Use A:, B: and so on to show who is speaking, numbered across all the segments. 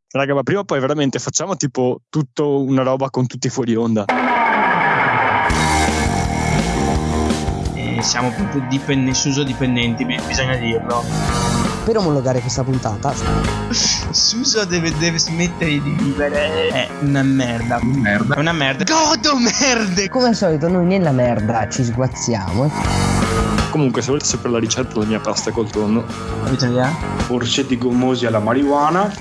A: Raga, ma prima o poi veramente facciamo tipo tutto una roba con tutti fuori onda.
B: Siamo proprio Suso dipendenti, bisogna dirlo.
C: Per omologare questa puntata
B: Suso deve smettere di vivere. È una merda. È una merda. Godo merde.
C: come al solito noi nella merda ci sguazziamo.
A: Comunque, se volete sapere la ricetta della mia pasta col tonno,
B: Avete idea?
D: Orsetti gommosi alla marijuana.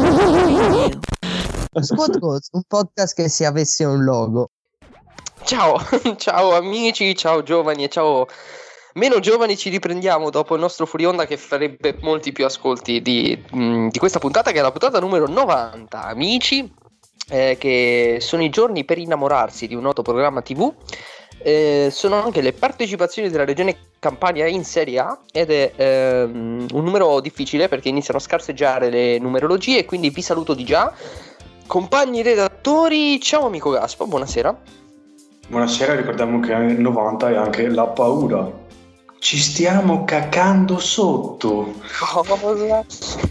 C: Squad Goals, un podcast che se avesse un logo.
E: Ciao, ciao amici, ciao giovani e ciao meno giovani, ci riprendiamo dopo il nostro fuori onda che farebbe molti più ascolti di questa puntata, che è la puntata numero 90, amici, che sono i giorni per innamorarsi di un noto programma TV. Sono anche le partecipazioni della regione Campania in Serie A ed è un numero difficile perché iniziano a scarseggiare le numerologie, quindi vi saluto di già. Compagni redattori, ciao amico Gaspo, buonasera.
D: Buonasera, ricordiamo che nel 90 è anche la paura. Ci stiamo cacando sotto.
E: Cosa?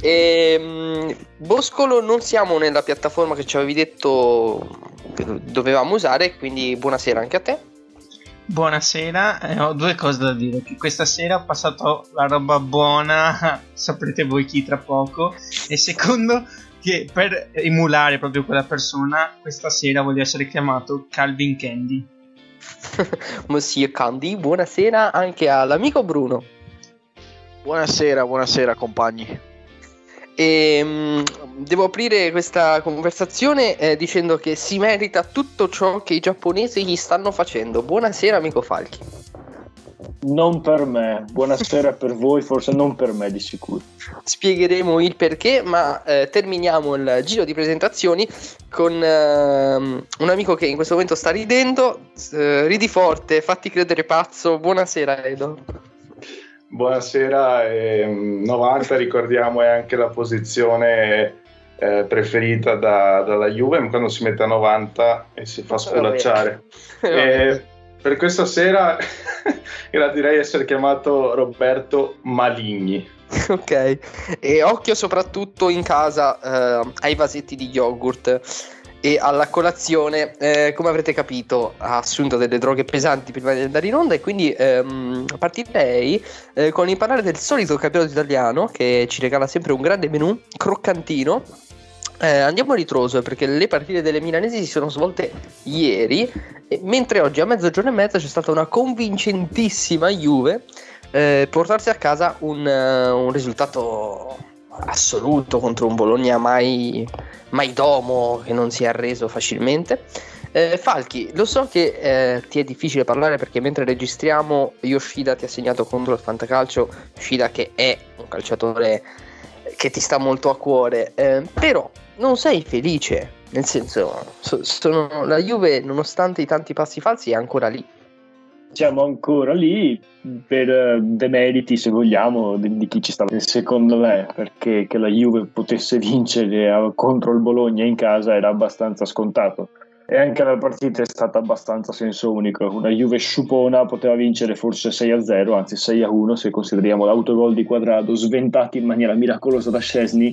E: Boscolo, non siamo nella piattaforma che ci avevi detto che dovevamo usare, quindi buonasera anche a te.
B: Buonasera, ho due cose da dire. Che questa sera ho passato la roba buona, saprete voi chi tra poco. E secondo, che per emulare proprio quella persona, questa sera voglio essere chiamato Calvin Candy.
E: Monsieur Candy, buonasera anche all'amico Bruno.
F: Buonasera compagni.
E: Devo aprire questa conversazione dicendo che si merita tutto ciò che i giapponesi gli stanno facendo. Buonasera amico Falchi.
G: Non per me, buonasera per voi, forse non per me di sicuro.
E: Spiegheremo il perché, ma terminiamo il giro di presentazioni con un amico che in questo momento sta ridendo. Ridi forte, fatti credere pazzo. Buonasera Edo.
D: Buonasera, 90 ricordiamo è anche la posizione preferita dalla Juve quando si mette a 90 e si fa sculacciare. Per questa sera gradirei essere chiamato Roberto Maligni.
E: Ok, e occhio soprattutto in casa ai vasetti di yogurt e alla colazione. Come avrete capito, ha assunto delle droghe pesanti prima di andare in onda e quindi partirei con il parlare del solito campionato italiano che ci regala sempre un grande menù croccantino. Andiamo a ritroso perché le partite delle milanesi si sono svolte ieri, mentre oggi a mezzogiorno e mezza c'è stata una convincentissima Juve portarsi a casa un risultato assoluto contro un Bologna mai domo, che non si è arreso facilmente. Falchi, lo so che ti è difficile parlare perché mentre registriamo Yoshida ti ha segnato contro il Fantacalcio, Yoshida che è un calciatore che ti sta molto a cuore, però non sei felice, nel senso la Juve nonostante i tanti passi falsi è ancora lì.
G: Siamo ancora lì per demeriti, se vogliamo, di chi ci sta, secondo me, perché che la Juve potesse vincere contro il Bologna in casa era abbastanza scontato. E anche la partita è stata abbastanza senso unico. Una Juve sciupona poteva vincere forse 6-0, anzi 6-1 se consideriamo l'autogol di Quadrado sventato in maniera miracolosa da Szczęsny,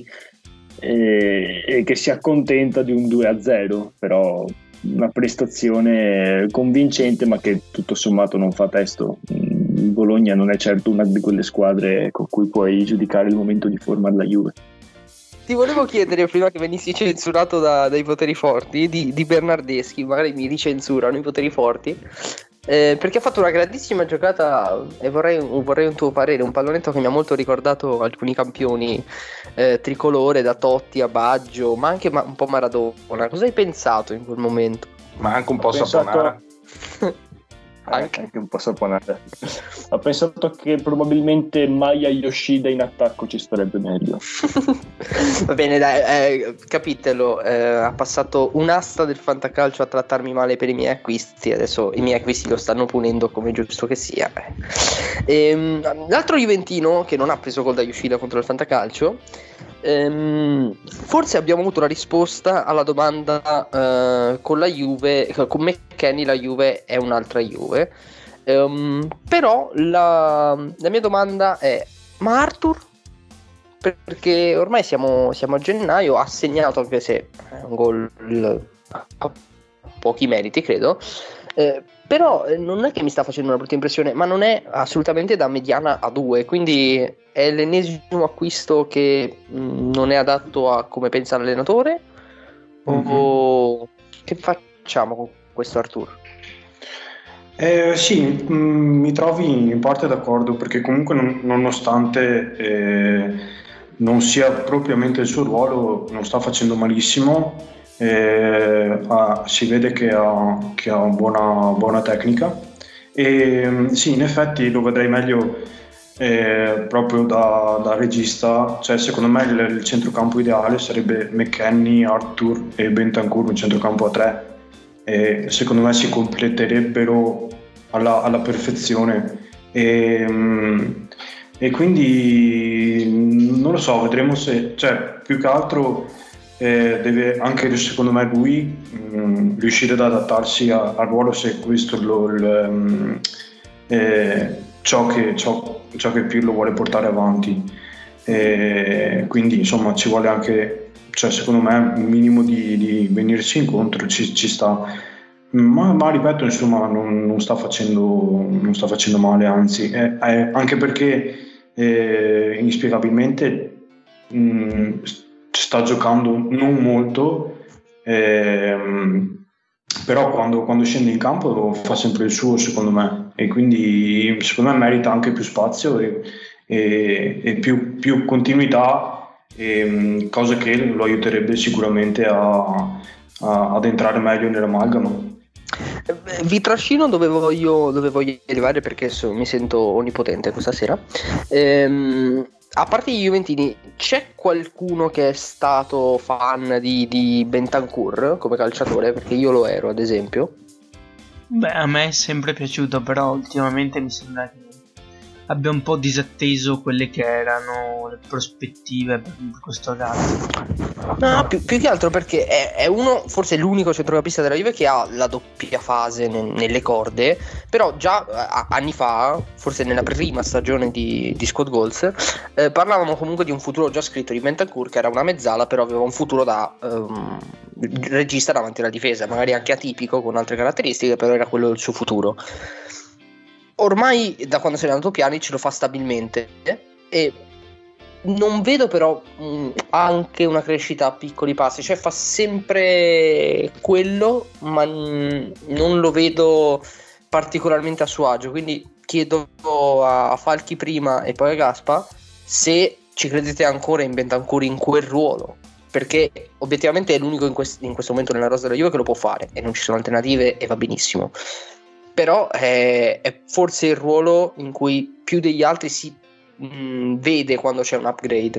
G: e che si accontenta di un 2-0, però una prestazione convincente ma che tutto sommato non fa testo. Il Bologna non è certo una di quelle squadre con cui puoi giudicare il momento di forma della Juve.
E: Ti volevo chiedere, prima che venissi censurato dai poteri forti, di Bernardeschi, magari mi ricensurano i poteri forti, perché ha fatto una grandissima giocata e vorrei un tuo parere, un pallonetto che mi ha molto ricordato alcuni campioni tricolore, da Totti a Baggio, ma anche un po' Maradona. Cosa hai pensato in quel momento?
D: Ma anche un po' Saponara.
G: Anche un po' Saponara. Ho pensato che probabilmente Maya Yoshida in attacco ci starebbe meglio.
E: Va bene, dai, capitelo, ha passato un'asta del fantacalcio a trattarmi male per i miei acquisti, adesso i miei acquisti lo stanno punendo come giusto che sia. L'altro juventino che non ha preso gol da Yoshida contro il fantacalcio, forse abbiamo avuto la risposta alla domanda con la Juve, con McKennie la Juve è un'altra Juve, però la mia domanda è: ma Arthur? perché ormai siamo a gennaio, ha segnato, anche se è un gol a pochi meriti credo, però non è che mi sta facendo una brutta impressione, ma non è assolutamente da mediana a 2, quindi è l'ennesimo acquisto che non è adatto a come pensa l'allenatore, o che facciamo con questo Arthur?
F: Sì, mi trovi in parte d'accordo, perché comunque nonostante non sia propriamente il suo ruolo, non sta facendo malissimo, si vede che ha buona tecnica, e sì, in effetti lo vedrei meglio proprio da regista. Cioè, secondo me il centrocampo ideale sarebbe McKennie, Arthur e Bentancur, un centrocampo a 3. E secondo me si completerebbero alla perfezione, e quindi non lo so, vedremo se, cioè, più che altro deve anche, secondo me, lui riuscire ad adattarsi al ruolo, se questo ciò che Pirlo vuole portare avanti, quindi insomma ci vuole anche, cioè, secondo me, un minimo di venirsi incontro ci sta, ma ripeto, insomma, non sta facendo male, anzi, anche perché inspiegabilmente sta giocando non molto, però quando scende in campo fa sempre il suo, secondo me, e quindi secondo me merita anche più spazio e più continuità, cosa che lo aiuterebbe sicuramente ad entrare meglio nell'amalgama.
E: Vi trascino dove voglio arrivare, perché mi sento onnipotente questa sera. A parte gli Juventini, c'è qualcuno che è stato fan di Bentancur come calciatore? Perché io lo ero, ad esempio.
B: Beh, a me è sempre piaciuto, però ultimamente mi sembra che abbia un po' disatteso quelle che erano le prospettive per questo ragazzo.
E: No, più che altro perché è uno, forse l'unico centrocampista della Juve che ha la doppia fase nelle corde, però già anni fa, forse nella prima stagione di Squad Goals, parlavamo comunque di un futuro già scritto di Bentancur, che era una mezzala, però aveva un futuro da regista davanti alla difesa, magari anche atipico con altre caratteristiche, però era quello il suo futuro. Ormai da quando se n'è andato Pjanic lo fa stabilmente, e non vedo però anche una crescita a piccoli passi, cioè fa sempre quello, ma non lo vedo particolarmente a suo agio, quindi chiedo a Falchi prima e poi a Gaspa se ci credete ancora in Bentancur in quel ruolo, perché obiettivamente è l'unico in questo momento nella rosa della Juve che lo può fare e non ci sono alternative e va benissimo. Però è forse il ruolo in cui più degli altri si vede quando c'è un upgrade.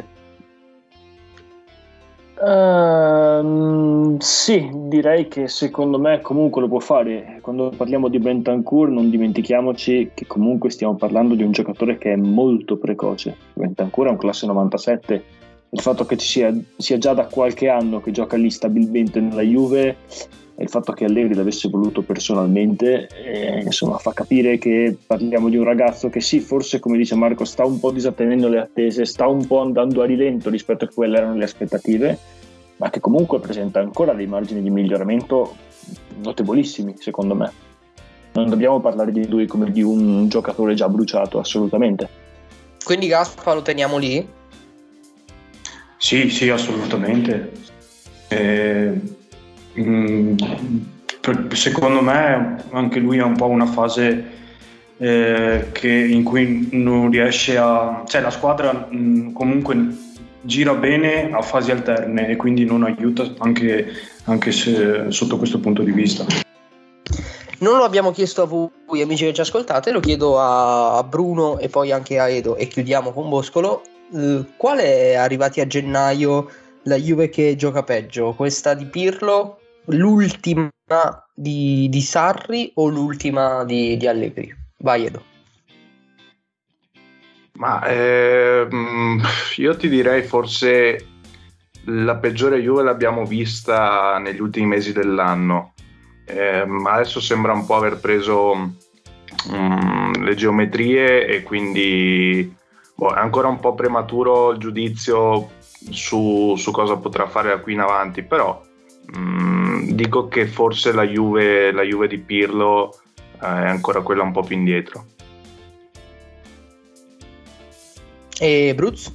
G: Sì, direi che secondo me comunque lo può fare. Quando parliamo di Bentancur non dimentichiamoci che comunque stiamo parlando di un giocatore che è molto precoce. Bentancur è un classe 97. Il fatto che ci sia già da qualche anno che gioca lì stabilmente nella Juve, e il fatto che Allegri l'avesse voluto personalmente, insomma, fa capire che parliamo di un ragazzo che sì, forse, come dice Marco, sta un po' disattenendo le attese, sta un po' andando a rilento rispetto a quelle erano le aspettative, ma che comunque presenta ancora dei margini di miglioramento notevolissimi, secondo me. Non dobbiamo parlare di lui come di un giocatore già bruciato, assolutamente.
E: Quindi Gaspa lo teniamo lì?
F: Sì, assolutamente. Secondo me anche lui ha un po' una fase in cui non riesce cioè la squadra comunque gira bene a fasi alterne, e quindi non aiuta anche se, sotto questo punto di vista.
E: Non lo abbiamo chiesto a voi amici che ci ascoltate, lo chiedo a Bruno e poi anche a Edo, e chiudiamo con Boscolo. Qual è, arrivati a gennaio, la Juve che gioca peggio? Questa di Pirlo, l'ultima di Sarri o l'ultima di Allegri? Vai Edo.
D: Ma io ti direi forse la peggiore Juve l'abbiamo vista negli ultimi mesi dell'anno. Adesso sembra un po' aver preso le geometrie, e quindi È ancora un po' prematuro il giudizio su cosa potrà fare da qui in avanti, però dico che forse la Juve di Pirlo è ancora quella un po' più indietro.
E: E Bruz?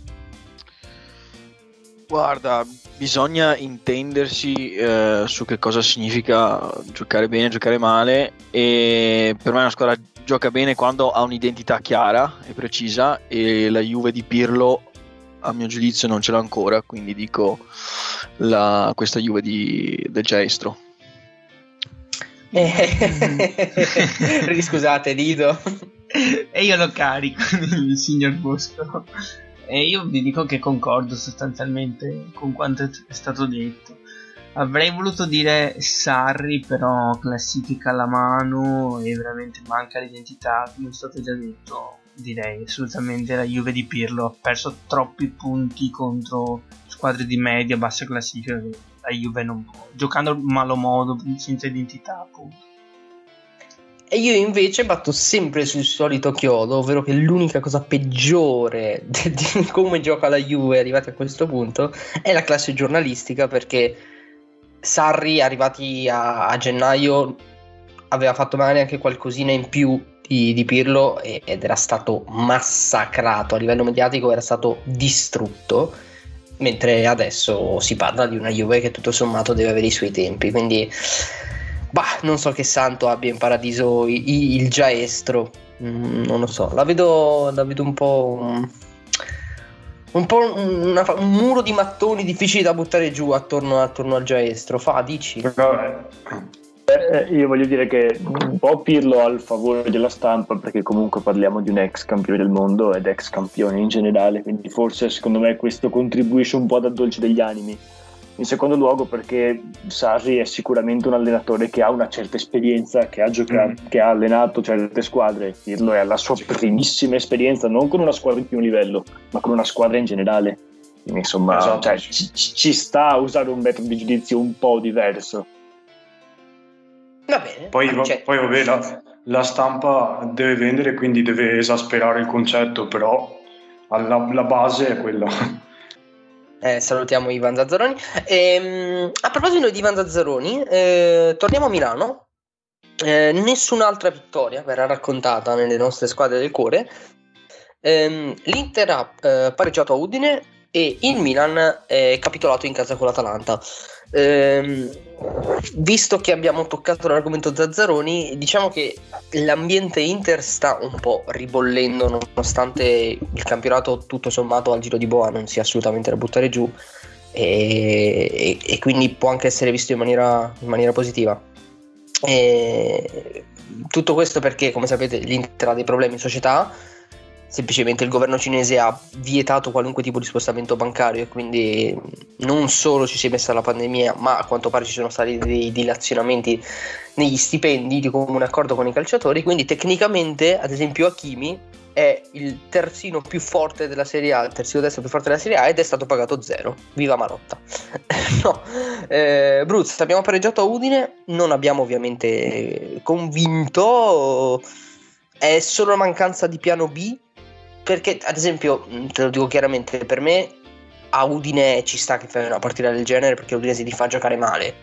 H: Guarda, bisogna intendersi su che cosa significa giocare bene, giocare male, e per me una squadra gioca bene quando ha un'identità chiara e precisa, e la Juve di Pirlo a mio giudizio non ce l'ha ancora, quindi dico questa Juve del Giaestro.
E: Scusate, Lido.
B: E io lo carico, il signor Bosco. E io vi dico che concordo sostanzialmente con quanto è stato detto. Avrei voluto dire Sarri, però classifica alla mano e veramente manca l'identità, come è stato già detto. Direi assolutamente la Juve di Pirlo ha perso troppi punti contro squadre di media bassa classifica, che la Juve non può, giocando malo modo, senza identità, appunto.
E: E io invece batto sempre sul solito chiodo, ovvero che l'unica cosa peggiore di come gioca la Juve arrivati a questo punto è la classe giornalistica, perché Sarri arrivati a gennaio aveva fatto magari anche qualcosina in più di Pirlo ed era stato massacrato a livello mediatico, era stato distrutto, mentre adesso si parla di una Juve che tutto sommato deve avere i suoi tempi, quindi non so che santo abbia in paradiso il Giaestro, non lo so, la vedo un po' un muro di mattoni difficili da buttare giù attorno al Giaestro. Dici?
G: Io voglio dire che un po' Pirlo ha il favore della stampa, perché comunque parliamo di un ex campione del mondo ed ex campione in generale, quindi forse secondo me questo contribuisce un po' ad addolcire degli animi. In secondo luogo perché Sarri è sicuramente un allenatore che ha una certa esperienza, che ha giocato, che ha allenato certe squadre. Pirlo è alla sua primissima esperienza, non con una squadra di primo livello, ma con una squadra in generale. Quindi, insomma,
F: esatto.
G: ci sta a usare un metodo di giudizio un po' diverso.
E: Va bene.
F: Poi vabbè, la stampa deve vendere, quindi deve esasperare il concetto, però la base è quella.
E: Salutiamo Ivan Zazzaroni. A proposito di Ivan Zazzaroni, torniamo a Milano. Nessun'altra vittoria verrà raccontata nelle nostre squadre del cuore. L'Inter ha pareggiato a Udine e il Milan è capitolato in casa con l'Atalanta. Visto che abbiamo toccato l'argomento Zazzaroni, diciamo che l'ambiente Inter sta un po' ribollendo, nonostante il campionato tutto sommato al giro di boa non sia assolutamente da buttare giù, e quindi può anche essere visto in maniera positiva. Tutto questo perché, come sapete, l'Inter ha dei problemi in società. Semplicemente il governo cinese ha vietato qualunque tipo di spostamento bancario, e quindi non solo ci si è messa la pandemia, ma a quanto pare ci sono stati dei dilazionamenti negli stipendi di comune accordo con i calciatori. Quindi tecnicamente, ad esempio, Hakimi è il terzino più forte della Serie A, il terzino destro più forte della Serie A, ed è stato pagato 0. Viva Marotta. No, Bruz, abbiamo pareggiato a Udine, non abbiamo ovviamente convinto, è solo una mancanza di piano B. Perché, ad esempio, te lo dico chiaramente, per me a Udine ci sta che fai una partita del genere, perché Udinese ti fa giocare male.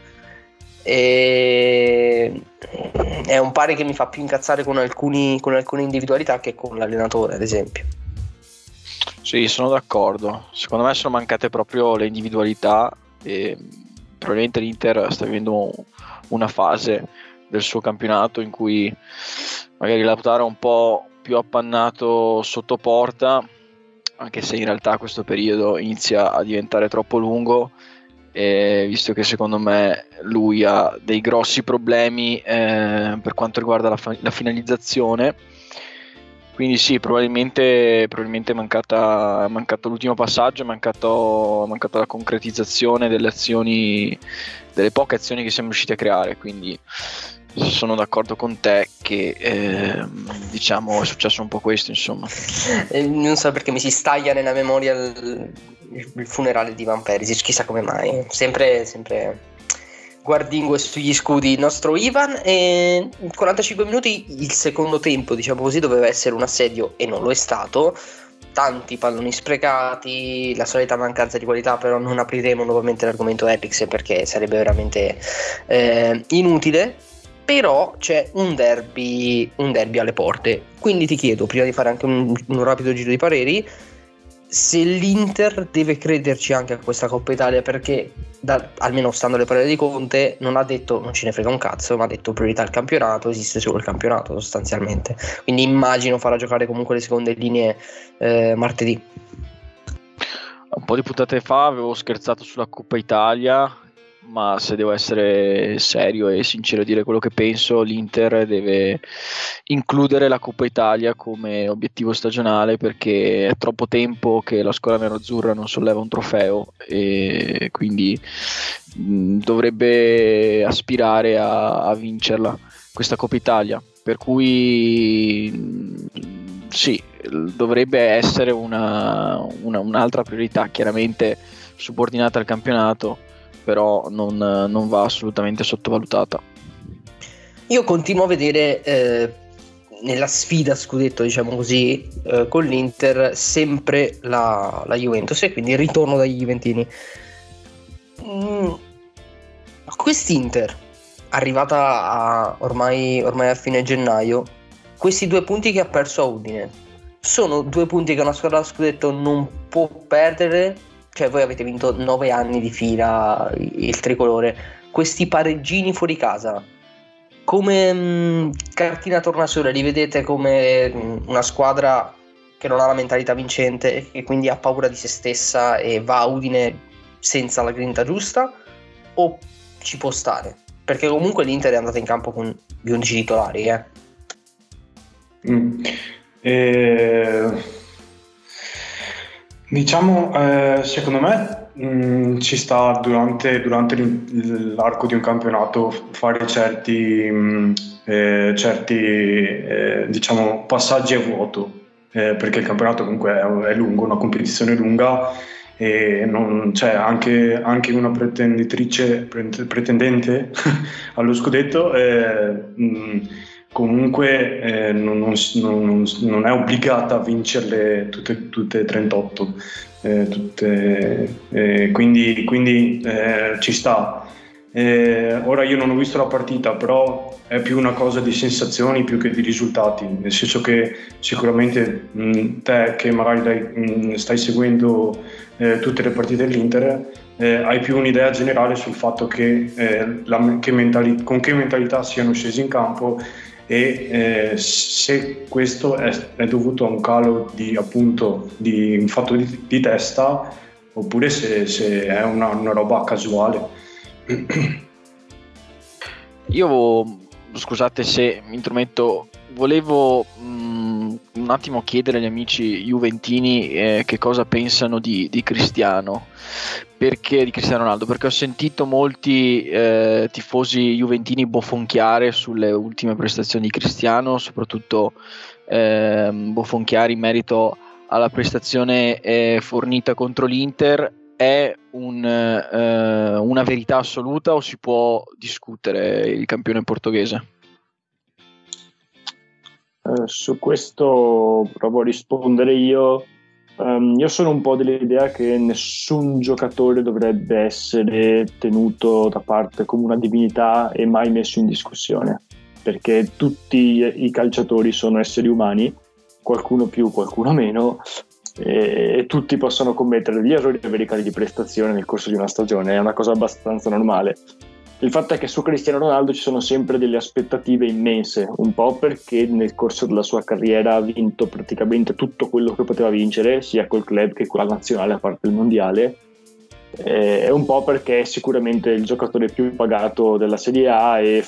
E: E è un pari che mi fa più incazzare con alcune individualità che con l'allenatore, ad esempio.
H: Sì, sono d'accordo. Secondo me sono mancate proprio le individualità, e probabilmente l'Inter sta vivendo una fase del suo campionato in cui magari Lautaro è un po' più appannato sotto porta, anche se in realtà questo periodo inizia a diventare troppo lungo, visto che secondo me lui ha dei grossi problemi per quanto riguarda la finalizzazione. Quindi sì, probabilmente è mancato l'ultimo passaggio, è mancato la concretizzazione delle azioni, delle poche azioni che siamo riusciti a creare. Quindi sono d'accordo con te che diciamo è successo un po' questo, insomma.
E: Non so perché mi si staglia nella memoria il funerale di Van Perisic, chissà come mai, sempre guardingo sugli scudi il nostro Ivan. E 45 minuti il secondo tempo, diciamo così, doveva essere un assedio e non lo è stato. tanti palloni sprecati, la solita mancanza di qualità, però non apriremo nuovamente l'argomento Eriksen perché sarebbe veramente inutile. Però c'è un derby alle porte, quindi ti chiedo, prima di fare anche un rapido giro di pareri, se l'Inter deve crederci anche a questa Coppa Italia, perché almeno stando alle parole di Conte non ha detto non ce ne frega un cazzo, ma ha detto priorità il campionato, esiste solo il campionato sostanzialmente, quindi immagino farà giocare comunque le seconde linee martedì.
H: Un po' di puntate fa avevo scherzato sulla Coppa Italia, ma se devo essere serio e sincero e dire quello che penso, l'Inter deve includere la Coppa Italia come obiettivo stagionale, perché è troppo tempo che la squadra nerazzurra non solleva un trofeo e quindi dovrebbe aspirare a vincerla questa Coppa Italia, per cui sì, dovrebbe essere un'altra priorità, chiaramente subordinata al campionato, però non va assolutamente sottovalutata.
E: Io continuo a vedere nella sfida scudetto, diciamo così, con l'Inter sempre la Juventus, e quindi il ritorno dagli Juventini. Quest'Inter, arrivata ormai a fine gennaio, questi 2 punti che ha perso a Udine sono 2 punti che una squadra da scudetto non può perdere. Cioè, voi avete vinto 9 anni di fila il tricolore, questi pareggini fuori casa come cartina tornasole li vedete come una squadra che non ha la mentalità vincente e che quindi ha paura di se stessa e va a Udine senza la grinta giusta, o ci può stare? Perché comunque l'Inter è andata in campo con gli 11 titolari,
F: Diciamo, secondo me ci sta durante l'arco di un campionato fare certi diciamo passaggi a vuoto, perché il campionato comunque è lungo, una competizione lunga, e c'è anche una pretendente allo scudetto, comunque non è obbligata a vincerle tutte 38, quindi ci sta. Ora io non ho visto la partita, però è più una cosa di sensazioni più che di risultati, nel senso che sicuramente te che magari stai seguendo tutte le partite dell'Inter, hai più un'idea generale sul fatto che con che mentalità siano scesi in campo, e se questo è dovuto a un calo di un fatto di testa, oppure se è una roba casuale.
H: Io, scusate se mi intrometto, volevo un attimo chiedere agli amici juventini che cosa pensano di Cristiano, perché di Cristiano Ronaldo, perché ho sentito molti tifosi juventini bofonchiare sulle ultime prestazioni di Cristiano, soprattutto bofonchiare in merito alla prestazione fornita contro l'Inter. È una verità assoluta o si può discutere il campione portoghese?
G: Su questo provo a rispondere io. Io sono un po' dell'idea che nessun giocatore dovrebbe essere tenuto da parte come una divinità e mai messo in discussione, perché tutti i calciatori sono esseri umani, qualcuno più, qualcuno meno, e tutti possono commettere degli errori e avere cali di prestazione nel corso di una stagione, è una cosa abbastanza normale. Il fatto è che su Cristiano Ronaldo ci sono sempre delle aspettative immense, un po' perché nel corso della sua carriera ha vinto praticamente tutto quello che poteva vincere, sia col club che con la nazionale, a parte il mondiale, e un po' perché è sicuramente il giocatore più pagato della Serie A, e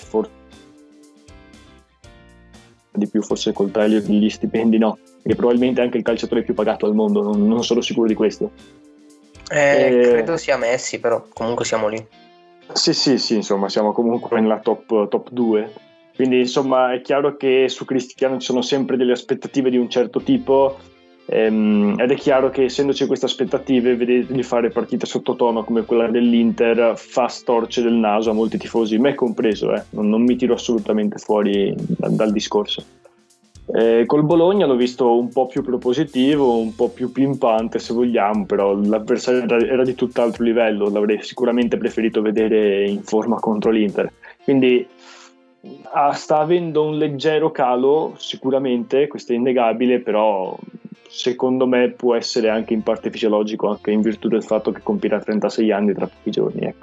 G: di più forse col taglio degli stipendi no, e probabilmente anche il calciatore più pagato al mondo, non sono sicuro di questo.
E: Credo sia Messi, però comunque siamo lì.
G: Sì, insomma siamo comunque nella top 2, quindi insomma è chiaro che su Cristiano ci sono sempre delle aspettative di un certo tipo, ed è chiaro che essendoci queste aspettative, vedergli fare partite sottotono come quella dell'Inter fa storcere il naso a molti tifosi, me compreso, non mi tiro assolutamente fuori dal discorso. Col Bologna l'ho visto un po' più propositivo, un po' più pimpante se vogliamo, però l'avversario era di tutt'altro livello, l'avrei sicuramente preferito vedere in forma contro l'Inter, quindi sta avendo un leggero calo sicuramente, questo è innegabile, però secondo me può essere anche in parte fisiologico, anche in virtù del fatto che compirà 36 anni tra pochi giorni, ecco.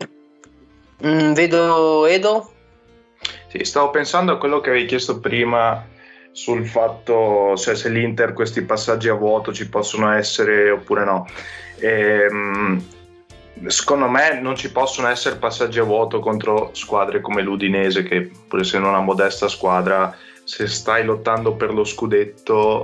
E: Vedo Edo?
D: Sì, stavo pensando a quello che avevi chiesto prima sul fatto se l'Inter questi passaggi a vuoto ci possono essere oppure no. Secondo me non ci possono essere passaggi a vuoto contro squadre come l'Udinese, che pur essendo una modesta squadra, se stai lottando per lo scudetto,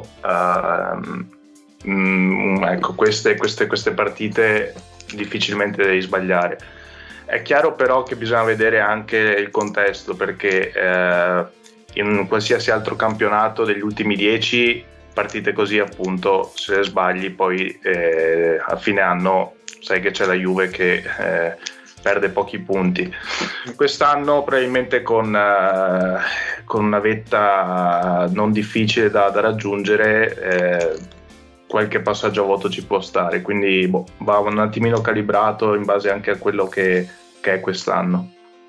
D: ecco, queste partite difficilmente devi sbagliare. È chiaro però che bisogna vedere anche il contesto, perché in qualsiasi altro campionato degli ultimi 10 partite così, appunto, se sbagli poi a fine anno sai che c'è la Juve che perde pochi punti. Quest'anno probabilmente con una vetta non difficile da raggiungere, qualche passaggio a vuoto ci può stare, quindi va un attimino calibrato in base anche a quello che è quest'anno.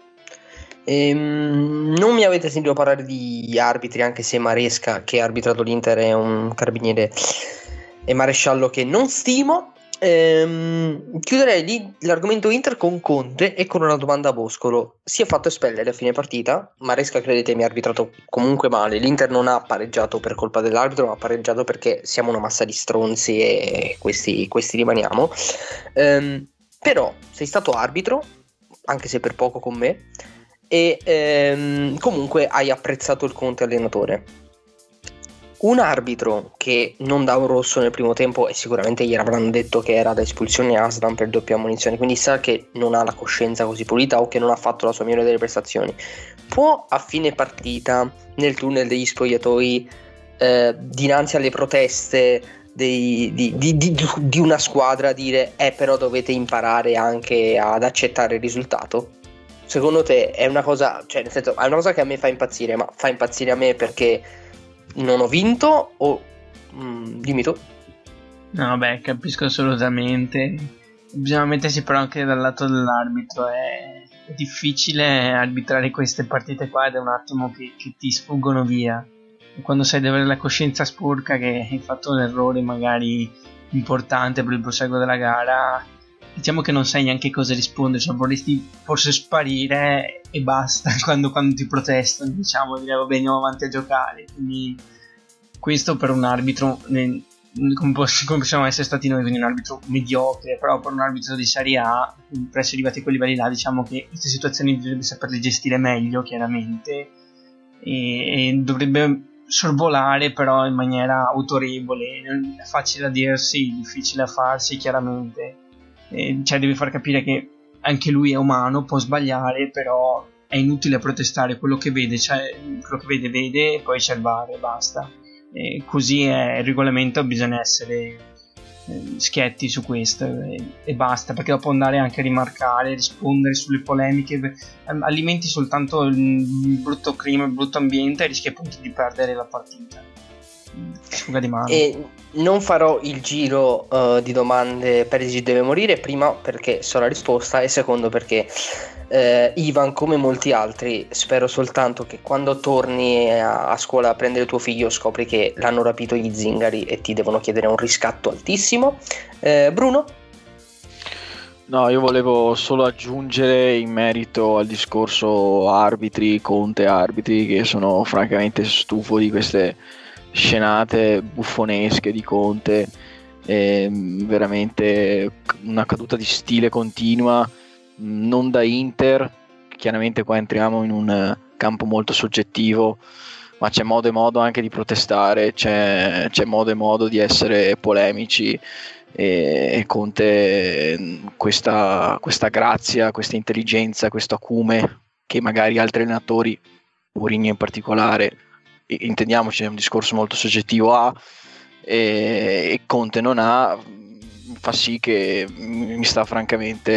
E: Non mi avete sentito parlare di arbitri, anche se Maresca, che ha arbitrato l'Inter, è un carabiniere e maresciallo che non stimo. Chiuderei lì l'argomento Inter con Conte e con una domanda a Boscolo. Si è fatto espellere a fine partita. Maresca, credetemi, ha arbitrato comunque male. L'Inter non ha pareggiato per colpa dell'arbitro, ma ha pareggiato perché siamo una massa di stronzi e questi rimaniamo. Però sei stato arbitro, anche se per poco con me, e comunque hai apprezzato il Conte allenatore. Un arbitro che non dà un rosso nel primo tempo, e sicuramente gli avranno detto che era da espulsione Aslan per doppia ammonizione, quindi sa che non ha la coscienza così pulita o che non ha fatto la sua migliore delle prestazioni, può a fine partita nel tunnel degli spogliatoi, dinanzi alle proteste di una squadra, dire però dovete imparare anche ad accettare il risultato? Secondo te è una cosa, cioè nel senso, è una cosa che a me fa impazzire, ma fa impazzire a me perché non ho vinto o dimmi tu?
B: No, beh, capisco assolutamente. Bisogna mettersi però anche dal lato dell'arbitro. È difficile arbitrare queste partite qua ed è un attimo che ti sfuggono via. E quando sai di avere la coscienza sporca che hai fatto un errore magari importante per il proseguo della gara, diciamo che non sai neanche cosa rispondere, cioè vorresti forse sparire e basta quando ti protestano, diciamo, dire vabbè, andiamo avanti a giocare. Quindi questo per un arbitro, come possiamo essere stati noi, quindi un arbitro mediocre, però per un arbitro di Serie A, per essere arrivati a quei livelli là, diciamo che queste situazioni dovrebbe saperle gestire meglio, chiaramente, e dovrebbe sorvolare però in maniera autorevole. È facile a dirsi, difficile a farsi, chiaramente. Cioè deve far capire che anche lui è umano, può sbagliare, però è inutile protestare. Quello che vede, vede, e poi c'è il VAR e basta. Così è il regolamento, bisogna essere schietti su questo e basta, perché dopo andare anche a rimarcare, rispondere sulle polemiche, alimenti soltanto il brutto clima, il brutto ambiente, e rischi appunto di perdere la partita. Scusa di mano.
E: E non farò il giro di domande. Perisic deve morire, prima perché so la risposta e secondo perché Ivan, come molti altri, spero soltanto che quando torni a scuola a prendere tuo figlio scopri che l'hanno rapito gli zingari e ti devono chiedere un riscatto altissimo. Bruno?
H: No, io volevo solo aggiungere in merito al discorso arbitri, Conte arbitri, che sono francamente stufo di queste scenate buffonesche di Conte, veramente una caduta di stile continua, non da Inter. Chiaramente qua entriamo in un campo molto soggettivo, ma c'è modo e modo anche di protestare, c'è modo e modo di essere polemici, e Conte questa grazia, questa intelligenza, questo acume che magari altri allenatori, Mourinho in particolare, intendiamoci, è un discorso molto soggettivo, e Conte non ha, fa sì che mi sta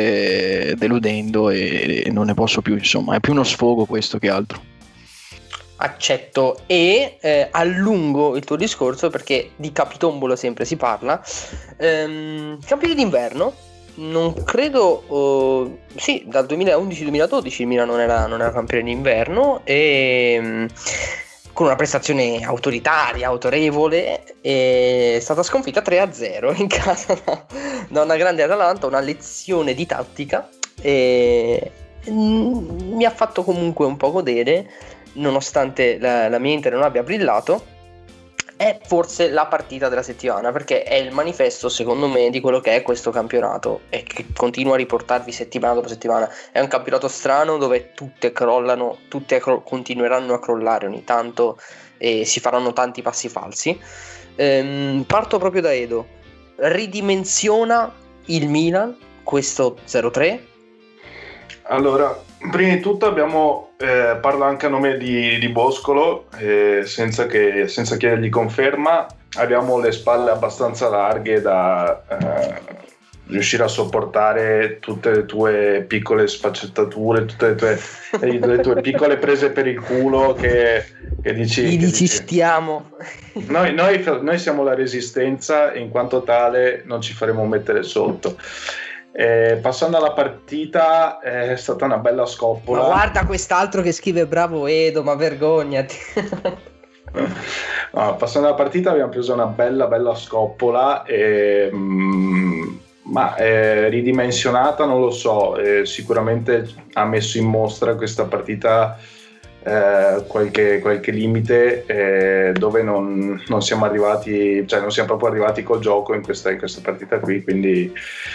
H: francamente deludendo e non ne posso più, insomma è più uno sfogo questo che altro.
E: accetto e allungo il tuo discorso perché di Capitombolo sempre si parla. Campioni d'inverno, non credo, sì, dal 2011-2012 il Milan non era campione d'inverno e con una prestazione autoritaria, autorevole, è stata sconfitta 3-0 in casa da una grande Atalanta, una lezione di tattica, e mi ha fatto comunque un po' godere, nonostante la mia Inter non abbia brillato. È forse la partita della settimana, perché è il manifesto, secondo me, di quello che è questo campionato e che continua a riportarvi settimana dopo settimana. È un campionato strano dove tutte crollano, continueranno a crollare ogni tanto e si faranno tanti passi falsi. Parto proprio da Edo. Ridimensiona il Milan questo 0-3?
D: Allora, prima di tutto parlo anche a nome di Boscolo, senza chiedergli conferma. Abbiamo le spalle abbastanza larghe da riuscire a sopportare tutte le tue piccole sfaccettature, tutte le tue piccole prese per il culo che dici
E: stiamo.
D: Noi siamo la resistenza e in quanto tale non ci faremo mettere sotto. Passando alla partita, è stata una bella scoppola.
E: Ma guarda quest'altro che scrive bravo Edo, ma vergognati.
D: No, passando alla partita abbiamo preso una bella scoppola, ma ridimensionata non lo so, sicuramente ha messo in mostra questa partita qualche limite, dove non siamo arrivati, cioè non siamo proprio arrivati col gioco in questa partita qui, quindi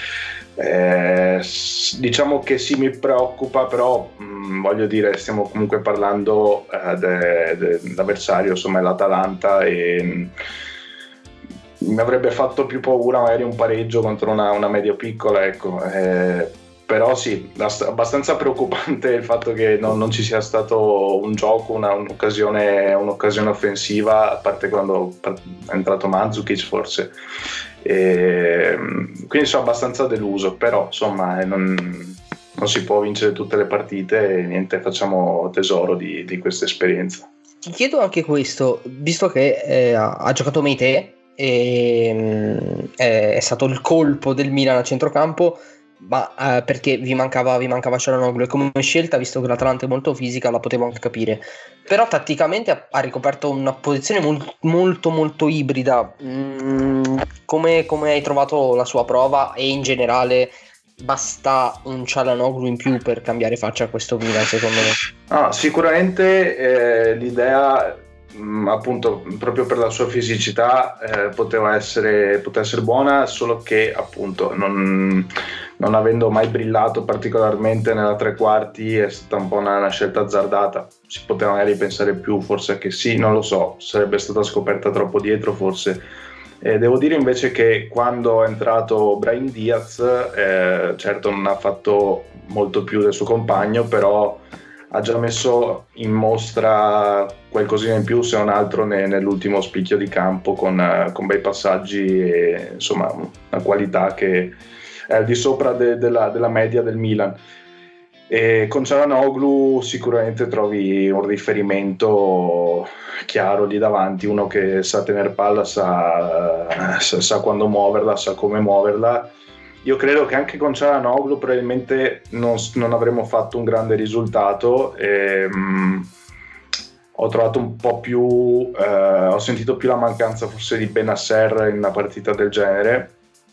D: diciamo che sì, mi preoccupa, però voglio dire, stiamo comunque parlando dell'avversario, insomma è l'Atalanta, e mi avrebbe fatto più paura magari un pareggio contro una media piccola, ecco. Però sì, abbastanza preoccupante il fatto che non ci sia stato un gioco, un'occasione offensiva, a parte quando è entrato Mandzukic forse. Quindi sono abbastanza deluso, però insomma non si può vincere tutte le partite e niente, facciamo tesoro di questa esperienza.
E: Ti chiedo anche questo, visto che ha giocato Meite e è stato il colpo del Milan a centrocampo, ma perché vi mancava Çalhanoğlu, e come scelta, visto che l'Atalanta è molto fisica, la potevo anche capire, però tatticamente ha ricoperto una posizione molto ibrida. Come hai trovato la sua prova, e in generale basta un Çalhanoğlu in più per cambiare faccia a questo Milan, secondo me?
D: Sicuramente l'idea, appunto, proprio per la sua fisicità, poteva essere buona, solo che appunto non avendo mai brillato particolarmente nella tre quarti è stata un po' una scelta azzardata. Si poteva magari pensare più, forse che sì, non lo so, sarebbe stata scoperta troppo dietro forse. Devo dire invece che quando è entrato Brahim Diaz, certo non ha fatto molto più del suo compagno, però ha già messo in mostra qualcosina in più, se non altro nell'ultimo spicchio di campo, con bei passaggi e insomma una qualità che è al di sopra della media del Milan. E con Çalhanoğlu sicuramente trovi un riferimento chiaro lì davanti, uno che sa tenere palla, sa quando muoverla, sa come muoverla. Io credo che anche con Çalhanoğlu probabilmente non avremmo fatto un grande risultato. Ho trovato un po' più, ho sentito più la mancanza forse di Bennacer in una partita del genere,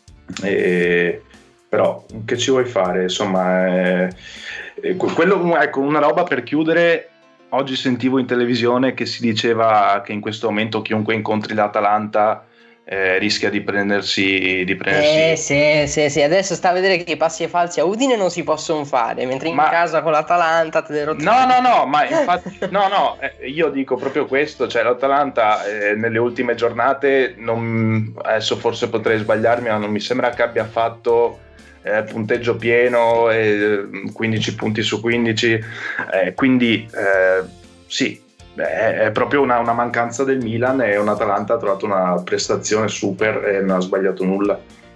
D: però che ci vuoi fare, insomma, quello, ecco, una roba per chiudere. Oggi sentivo in televisione che si diceva che in questo momento chiunque incontri l'Atalanta rischia di prendersi
E: sì, adesso sta a vedere che i passi falsi a Udine non si possono fare, mentre in casa con l'Atalanta te ne
D: no, ma infatti io dico proprio questo, cioè l'Atalanta nelle ultime giornate, adesso forse potrei sbagliarmi, ma non mi sembra che abbia fatto punteggio pieno, 15 punti su 15, quindi sì, è proprio una mancanza del Milan, e un Atalanta ha trovato una prestazione super e non ha sbagliato nulla.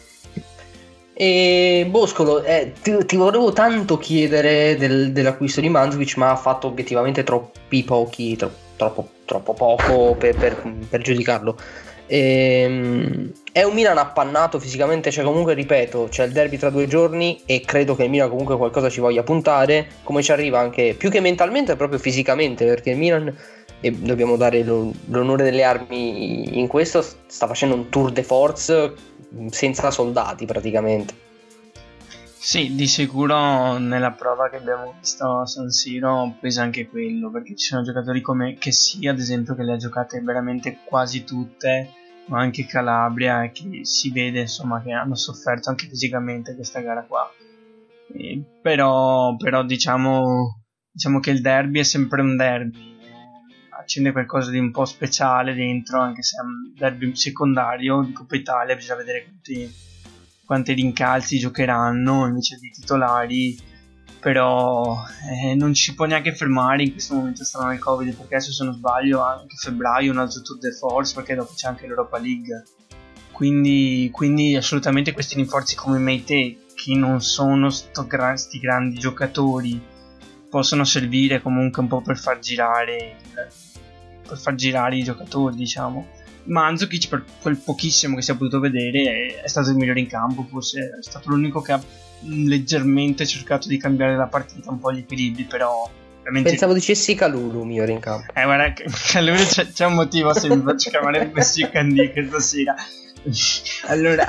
E: E Boscolo, ti volevo tanto chiedere dell'acquisto di Mandzukic, ma ha fatto obiettivamente troppi pochi troppo poco per giudicarlo. È un Milan appannato fisicamente, cioè comunque ripeto, c'è il derby tra 2 giorni e credo che il Milan comunque qualcosa ci voglia puntare, come ci arriva anche più che mentalmente proprio fisicamente, perché il Milan, e dobbiamo dare l'onore delle armi in questo, sta facendo un tour de force senza soldati praticamente.
B: Sì, di sicuro nella prova che abbiamo visto a San Siro pesa anche quello, perché ci sono giocatori come che sia, ad esempio, che le ha giocate veramente quasi tutte, ma anche Calabria, che si vede insomma che hanno sofferto anche fisicamente questa gara qua. Però diciamo che il derby è sempre un derby, accende qualcosa di un po' speciale dentro, anche se è un derby secondario di Coppa Italia, bisogna vedere quanti rincalzi giocheranno invece di titolari, però non ci può neanche fermare in questo momento strano del Covid, perché adesso, se non sbaglio, anche febbraio un altro tour de force, perché dopo c'è anche l'Europa League, quindi assolutamente questi rinforzi come Meite, che non sono sti grandi giocatori, possono servire comunque un po' per far girare i giocatori, diciamo. Mandzukic, per quel pochissimo che si è potuto vedere, è stato il migliore in campo, forse è stato l'unico che ha leggermente cercato di cambiare la partita, un po' gli equilibri, però veramente...
E: Pensavo dicessi Kalulu migliore in campo.
B: Guarda, Kalulu c'è un motivo se mi faccio chiamare Messi Candì questa sera. Allora,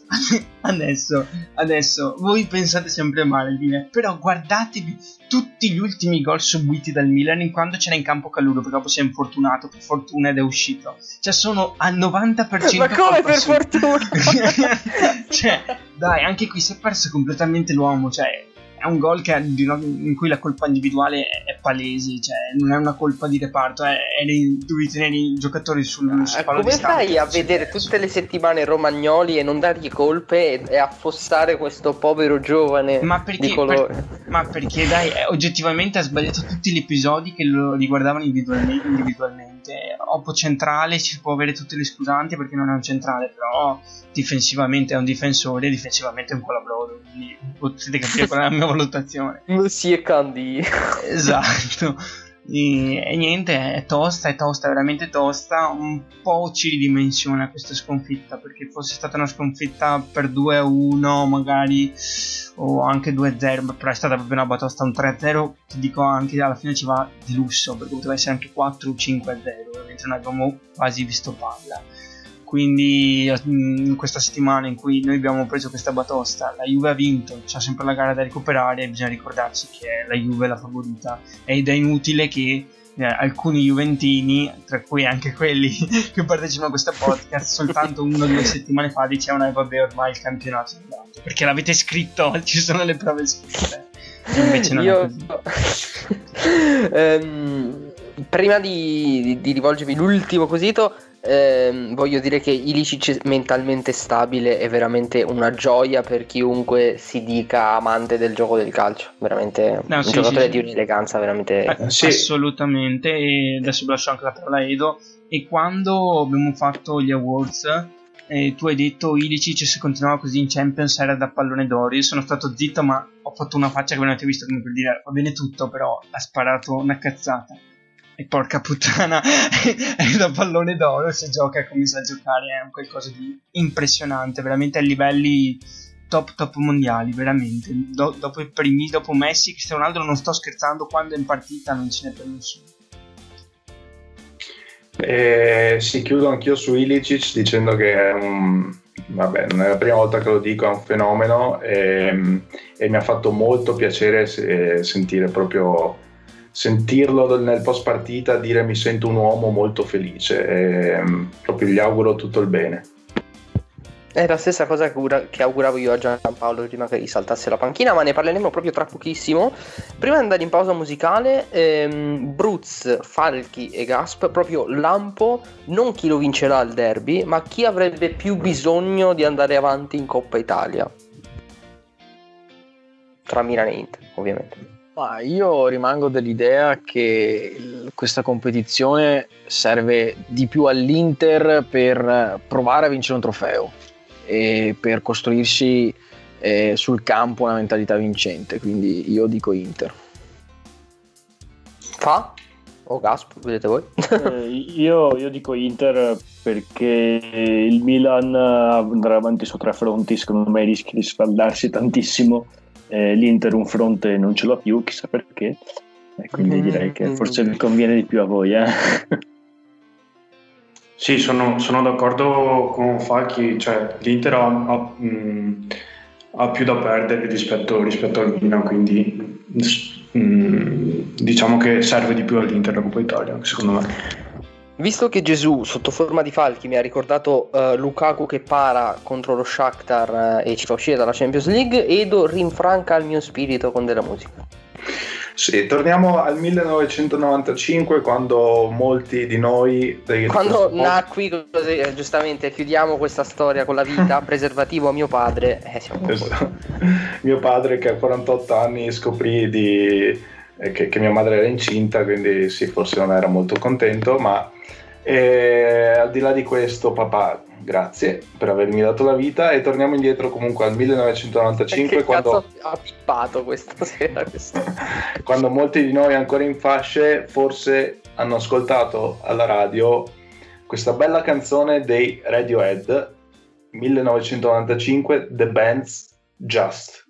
B: adesso voi pensate sempre male di me, però guardatevi tutti gli ultimi gol subiti dal Milan quando c'era in campo Kalulu, perché dopo si è infortunato per fortuna ed è uscito, cioè sono al 90%.
E: Ma come per fortuna?
B: Cioè dai, anche qui si è perso completamente l'uomo, cioè è un gol in cui la colpa individuale è palese, cioè non è una colpa di reparto, devi tenere i giocatori sul palo
E: come
B: di stampo.
E: fai a vedere tutte le settimane Romagnoli e non dargli colpe e affossare questo povero giovane di colore?
B: Ma perché dai, oggettivamente ha sbagliato tutti gli episodi che lo riguardavano individualmente. Oppo centrale ci può avere tutte le scusanti perché non è un centrale, però difensivamente è un difensore, difensivamente è un colabrodo, quindi potete capire qual è la mia valutazione.
E: Monsieur Candy.
B: Esatto. E niente, è tosta, veramente tosta. Un po' ci ridimensiona questa sconfitta, perché fosse stata una sconfitta per 2-1 magari, o anche 2-0, però è stata proprio una batosta. Un 3-0 ti dico anche alla fine ci va di lusso, perché poteva essere anche 4 o 5-0, mentre non abbiamo quasi visto palla. Quindi in questa settimana in cui noi abbiamo preso questa batosta, la Juve ha vinto, c'è sempre la gara da recuperare e bisogna ricordarci che è la Juve la favorita, ed è inutile che alcuni juventini, tra cui anche quelli che partecipano a questa podcast, soltanto 1 o 2 settimane fa dicevano vabbè, ormai il campionato è andato, perché l'avete scritto, ci sono le prove scritte. Invece non è così.
E: Prima di rivolgervi l'ultimo quesito, voglio dire che Ilicic mentalmente stabile è veramente una gioia per chiunque si dica amante del gioco del calcio, veramente un giocatore di un'eleganza veramente
B: assolutamente. E adesso lascio anche la parola a Edo. E quando abbiamo fatto gli awards, tu hai detto Ilicic se continuava così in Champions era da pallone d'oro. Io sono stato zitto, ma ho fatto una faccia che non avete visto, come per dire va bene tutto, però ha sparato una cazzata. E porca puttana, è da pallone d'oro, se gioca come sa giocare, è un qualcosa di impressionante, veramente a livelli top mondiali, veramente. Dopo i primi, dopo Messi, Cristiano Ronaldo, non sto scherzando, quando è in partita non ce n'è per nessuno.
D: Sì, chiudo anch'io su Ilicic dicendo che è vabbè, non è la prima volta che lo dico, è un fenomeno e mi ha fatto molto piacere sentirlo nel post partita dire mi sento un uomo molto felice e proprio gli auguro tutto il bene.
E: È la stessa cosa che auguravo io a Gianpaolo prima che risaltasse la panchina, ma ne parleremo proprio tra pochissimo. Prima di andare in pausa musicale, Bruz, Falchi e Gasp, proprio lampo, non chi lo vincerà il derby, ma chi avrebbe più bisogno di andare avanti in Coppa Italia. Tra Milan e Inter, ovviamente.
H: Ma io rimango dell'idea che questa competizione serve di più all'Inter per provare a vincere un trofeo e per costruirsi sul campo una mentalità vincente, quindi io dico Inter.
E: o Gasp, vedete voi.
G: Io dico Inter perché il Milan andrà avanti su 3 fronti, secondo me rischia di sfaldarsi tantissimo. L'Inter un fronte non ce l'ha più, chissà perché, e quindi direi che forse vi conviene di più a voi.
F: Sì, sono d'accordo con Falchi, cioè l'Inter ha più da perdere rispetto al Milan, quindi diciamo che serve di più all'Inter la Coppa Italia, secondo me.
E: Visto che Gesù sotto forma di falchi mi ha ricordato Lukaku che para contro lo Shakhtar e ci fa uscire dalla Champions League, Edo rinfranca il mio spirito con della musica.
D: Sì, torniamo al 1995, quando molti di noi...
E: Quando nacqui, così, giustamente chiudiamo questa storia con la vita, preservativo a mio padre.
D: Esatto. Mio padre che a 48 anni scoprì che mia madre era incinta, quindi sì, forse non era molto contento, ma al di là di questo, papà, grazie per avermi dato la vita. E torniamo indietro comunque al 1995,
E: che
D: quando
E: cazzo ha pippato questa sera questo?
D: Quando molti di noi ancora in fasce forse hanno ascoltato alla radio questa bella canzone dei Radiohead, 1995, The Band's Just.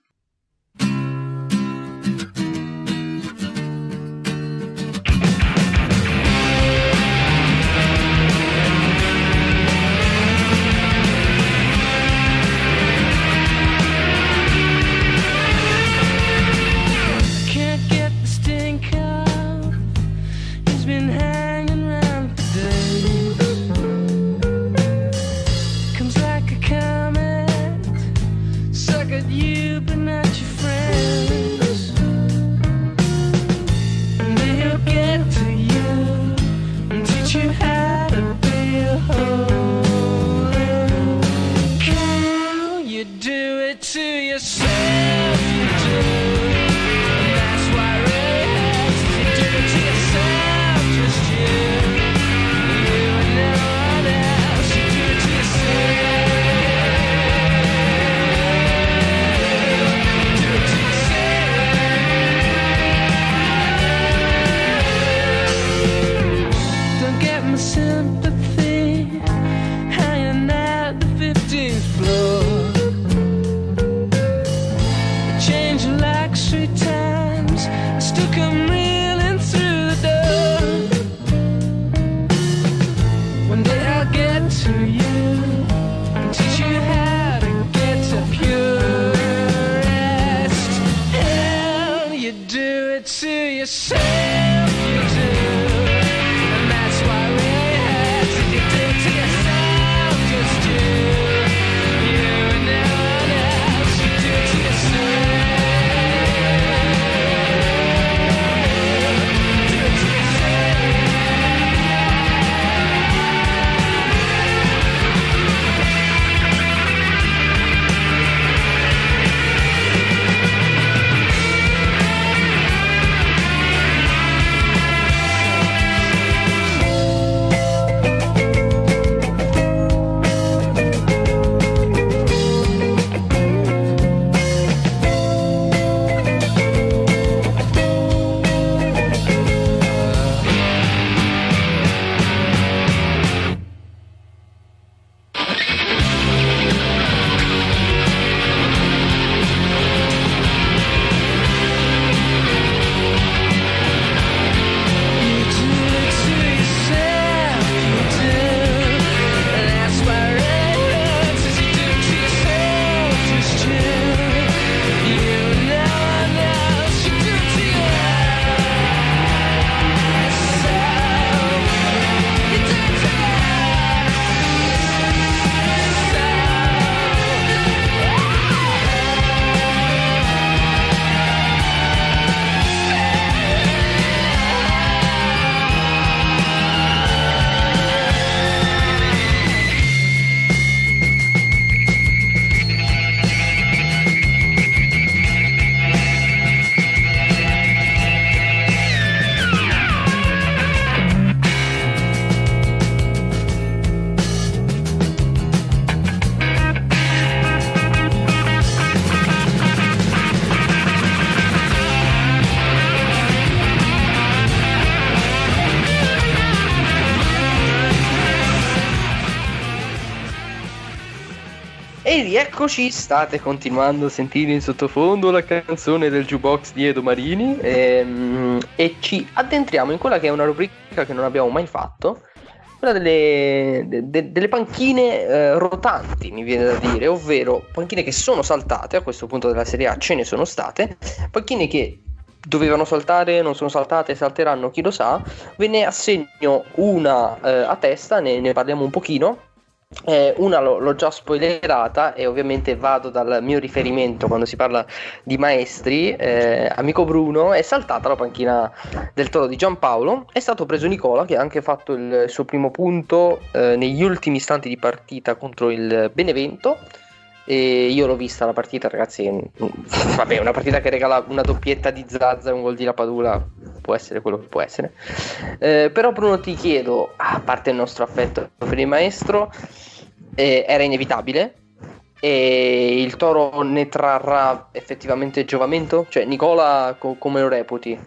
E: E rieccoci, state continuando a sentire in sottofondo la canzone del jukebox di Edo Marini e ci addentriamo in quella che è una rubrica che non abbiamo mai fatto, quella delle panchine rotanti, mi viene da dire, ovvero panchine che sono saltate. A questo punto della Serie A ce ne sono state, panchine che dovevano saltare, non sono saltate, salteranno, chi lo sa. Ve ne assegno una a testa, ne parliamo un pochino. Una l'ho già spoilerata e ovviamente vado dal mio riferimento quando si parla di maestri, amico Bruno. È saltata la panchina del Toro di Giampaolo, è stato preso Nicola, che ha anche fatto il suo primo punto negli ultimi istanti di partita contro il Benevento. E io l'ho vista la partita, ragazzi. Vabbè, una partita che regala una doppietta di Zazza e un gol di Lapadula, può essere quello che può essere. Però Bruno, ti chiedo, a parte il nostro affetto per il maestro, era inevitabile e il Toro ne trarrà effettivamente giovamento? Cioè, Nicola, come lo reputi?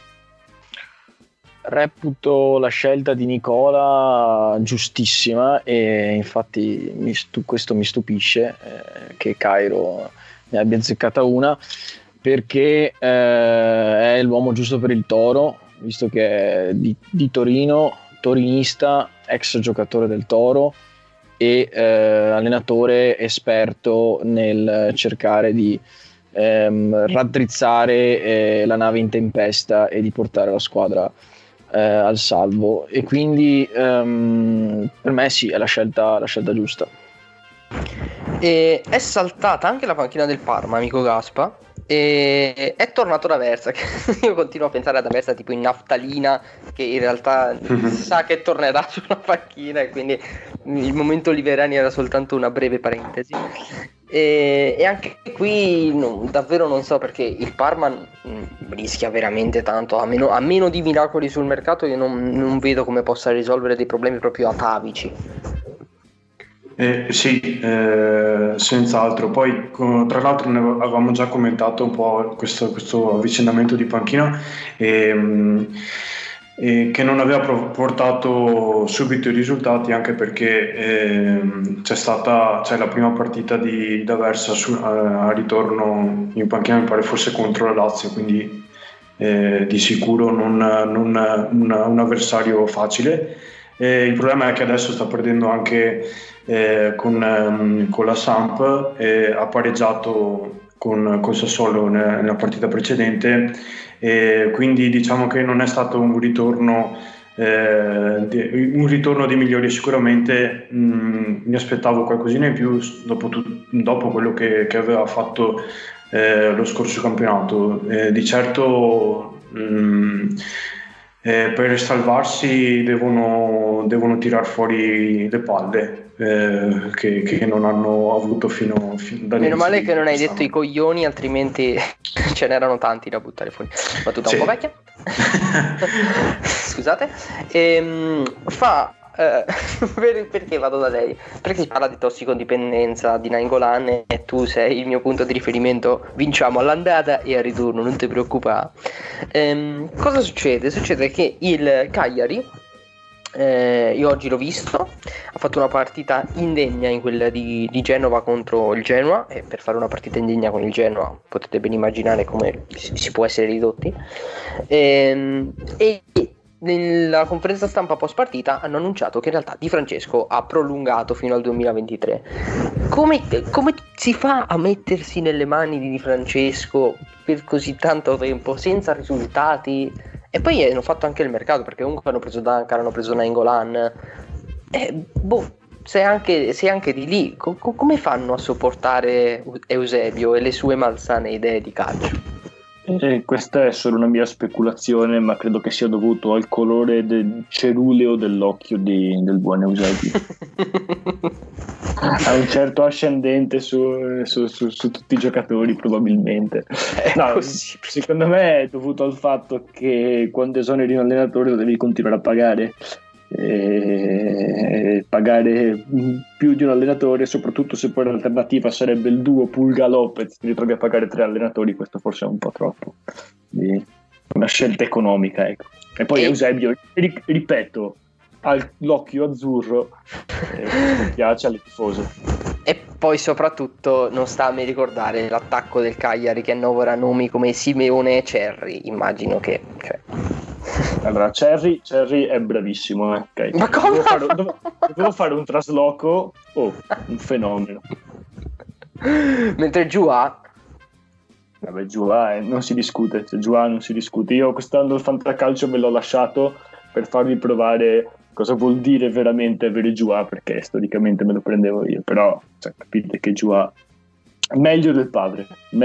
H: Reputo la scelta di Nicola giustissima e infatti questo mi stupisce che Cairo ne abbia azzeccata una, perché è l'uomo giusto per il Toro, visto che è di Torino, torinista, ex giocatore del Toro e allenatore esperto nel cercare di raddrizzare la nave in tempesta e di portare la squadra al salvo, e quindi per me sì, è la scelta giusta.
E: E è saltata anche la panchina del Parma, amico Gaspa, e è tornato ad Aversa, che io continuo a pensare ad Aversa tipo in naftalina, che in realtà sa che tornerà sulla panchina, e quindi il momento Liverani era soltanto una breve parentesi. E anche qui davvero non so, perché il Parma rischia veramente tanto, a meno di miracoli sul mercato. Io non vedo come possa risolvere dei problemi proprio atavici.
F: Sì, senz'altro. Poi tra l'altro ne avevamo già commentato un po' questo avvicinamento di panchina e che non aveva portato subito i risultati, anche perché c'è la prima partita di D'Aversa a ritorno in panchina, mi pare fosse contro la Lazio, quindi di sicuro non un avversario facile. Il problema è che adesso sta perdendo anche con la Samp, ha pareggiato con Sassuolo nella partita precedente, quindi diciamo che non è stato un ritorno di migliori. Sicuramente mi aspettavo qualcosina in più dopo quello che aveva fatto lo scorso campionato. Di certo per salvarsi devono tirar fuori le palle che non hanno avuto fino
E: meno male che non hai detto i coglioni, altrimenti ce n'erano tanti da buttare fuori. Battuta un po' vecchia. Scusate. Perché vado da lei? Perché si parla di tossicodipendenza di Nainggolan e tu sei il mio punto di riferimento. Vinciamo all'andata e al ritorno, non ti preoccupare. Cosa succede? Succede che il Cagliari, io oggi l'ho visto, ha fatto una partita indegna in quella di Genova contro il Genoa, e per fare una partita indegna con il Genoa potete ben immaginare come si può essere ridotti. E nella conferenza stampa post partita hanno annunciato che in realtà Di Francesco ha prolungato fino al 2023. Come si fa a mettersi nelle mani di Di Francesco per così tanto tempo senza risultati? E poi hanno fatto anche il mercato, perché comunque hanno preso Duncan, hanno preso Nainggolan. Se anche di lì, come fanno a sopportare Eusebio e le sue malsane idee di calcio?
G: Questa è solo una mia speculazione, ma credo che sia dovuto al colore del ceruleo dell'occhio del buon Eusebio. Ha un certo ascendente su tutti i giocatori, probabilmente. No, secondo me è dovuto al fatto che quando esoneri un allenatore lo devi continuare a pagare. Pagare più di un allenatore, soprattutto se poi l'alternativa sarebbe il duo Pulga Lopez, ti ritrovi a pagare 3 allenatori. Questo forse è un po' troppo, una scelta economica, ecco. E poi Eusebio, ripeto, ha l'occhio azzurro, piace alle tifose.
E: E poi soprattutto non sta a me ricordare l'attacco del Cagliari che annovera nomi come Simeone e Cerri, immagino che...
G: Allora, Cerri è bravissimo, ok.
E: Ma come?
G: Dovevo fare un trasloco, un fenomeno.
E: Mentre Giua...
G: Vabbè, Giua non si discute, Giua non si discute. Io quest'anno il fantacalcio me l'ho lasciato per farvi provare cosa vuol dire veramente avere Giua, perché storicamente me lo prendevo io, però capite che Giua è meglio del padre.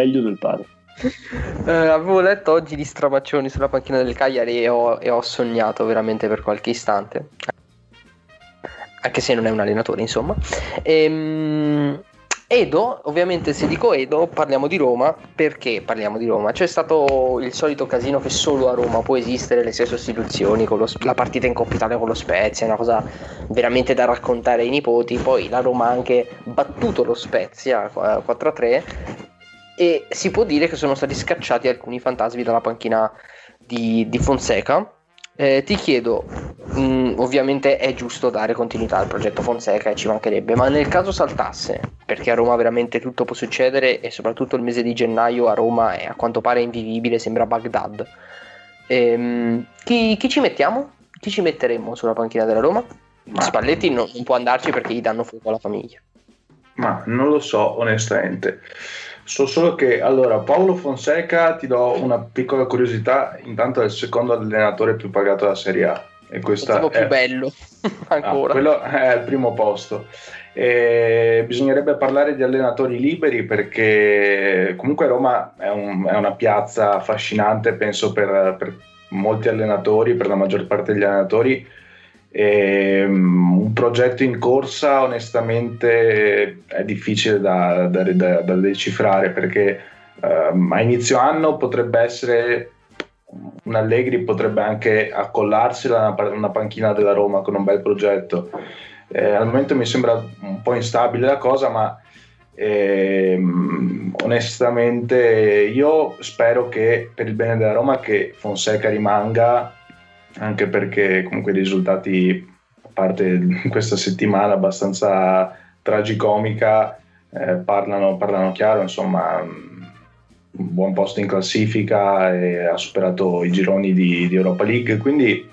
E: Avevo letto oggi di Stramaccioni sulla panchina del Cagliari e ho sognato veramente per qualche istante, anche se non è un allenatore, insomma. Edo, ovviamente se dico Edo parliamo di Roma. Perché parliamo di Roma? C'è stato il solito casino che solo a Roma può esistere, le 6 sostituzioni con la partita in Coppa Italia con lo Spezia, è una cosa veramente da raccontare ai nipoti. Poi la Roma ha anche battuto lo Spezia 4-3 e si può dire che sono stati scacciati alcuni fantasmi dalla panchina di Fonseca. Ti chiedo, ovviamente è giusto dare continuità al progetto Fonseca e ci mancherebbe, ma nel caso saltasse, perché a Roma veramente tutto può succedere e soprattutto il mese di gennaio a Roma è a quanto pare invivibile, sembra Baghdad, chi ci mettiamo? Chi ci metteremmo sulla panchina della Roma? Spalletti non può andarci perché gli danno fuoco alla famiglia.
D: Ma non lo so onestamente. So solo che, allora, Paolo Fonseca, ti do una piccola curiosità, intanto è il secondo allenatore più pagato della Serie A. E questa
E: è più bello, ancora.
D: Quello è al primo posto. E bisognerebbe parlare di allenatori liberi perché comunque Roma è una piazza affascinante, penso, per molti allenatori, per la maggior parte degli allenatori. Un progetto in corsa onestamente è difficile da decifrare perché a inizio anno potrebbe essere un Allegri, potrebbe anche accollarsela una panchina della Roma con un bel progetto. Al momento mi sembra un po' instabile la cosa, ma onestamente io spero che per il bene della Roma che Fonseca rimanga, anche perché comunque i risultati, a parte in questa settimana abbastanza tragicomica, parlano chiaro, insomma, un buon posto in classifica e ha superato i gironi di Europa League, quindi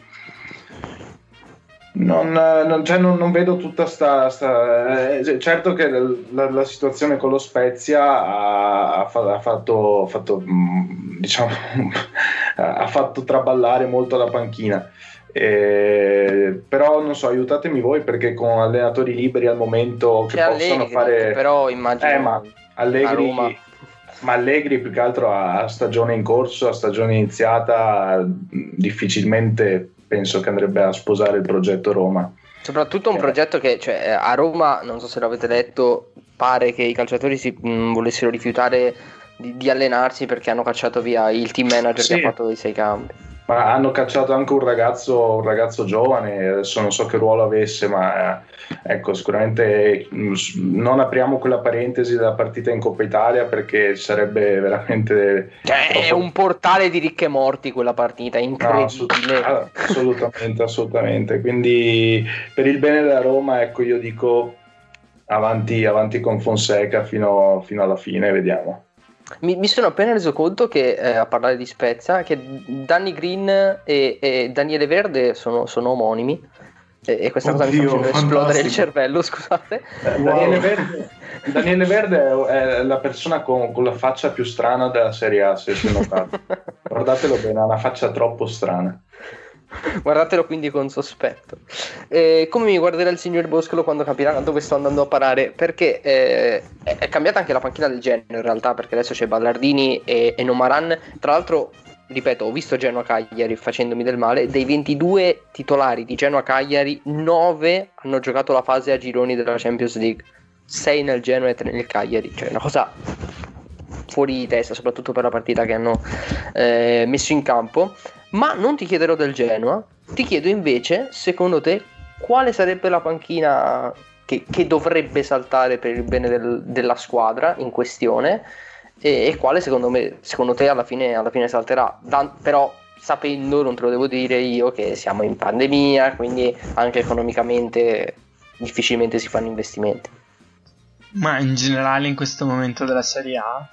D: non vedo tutta certo che la situazione con lo Spezia ha fatto traballare molto la panchina, però non so, aiutatemi voi perché con allenatori liberi al momento che possono fare,
E: però immagino
D: Allegri più che altro a stagione in corso, a stagione iniziata, difficilmente penso che andrebbe a sposare il progetto Roma.
E: Soprattutto un progetto che, cioè, a Roma, non so se l'avete letto, pare che i calciatori si volessero rifiutare di allenarsi perché hanno cacciato via il team manager che ha fatto i 6 cambi.
D: Ma hanno cacciato anche un ragazzo giovane, adesso non so che ruolo avesse, ma ecco, sicuramente non apriamo quella parentesi della partita in Coppa Italia perché sarebbe veramente...
E: È un portale di ricche morti quella partita, incredibile.
D: No, assolutamente, quindi per il bene della Roma, ecco, io dico avanti con Fonseca fino alla fine, vediamo.
E: Mi sono appena reso conto che a parlare di Spezia che Danny Green e Daniele Verde sono omonimi e questa cosa mi sta facendo esplodere il cervello, scusate.
D: Daniele Verde è la persona con la faccia più strana della Serie A, se notate. Guardatelo bene, ha una faccia troppo strana.
E: Guardatelo quindi con sospetto. Come mi guarderà il signor Boscolo quando capirà dove sto andando a parare? Perché è cambiata anche la panchina del Genoa in realtà, perché adesso c'è Ballardini e Nomaran. Tra l'altro, ripeto, ho visto Genoa-Cagliari facendomi del male. Dei 22 titolari di Genoa-Cagliari, 9 hanno giocato la fase a gironi della Champions League, 6 nel Genoa e 3 nel Cagliari. Cioè una cosa fuori di testa, soprattutto per la partita che hanno messo in campo. Ma non ti chiederò del Genoa, ti chiedo invece, secondo te, quale sarebbe la panchina che dovrebbe saltare per il bene della squadra in questione e quale secondo te alla fine salterà, però sapendo, non te lo devo dire io, che siamo in pandemia, quindi anche economicamente difficilmente si fanno investimenti.
B: Ma in generale in questo momento della Serie A,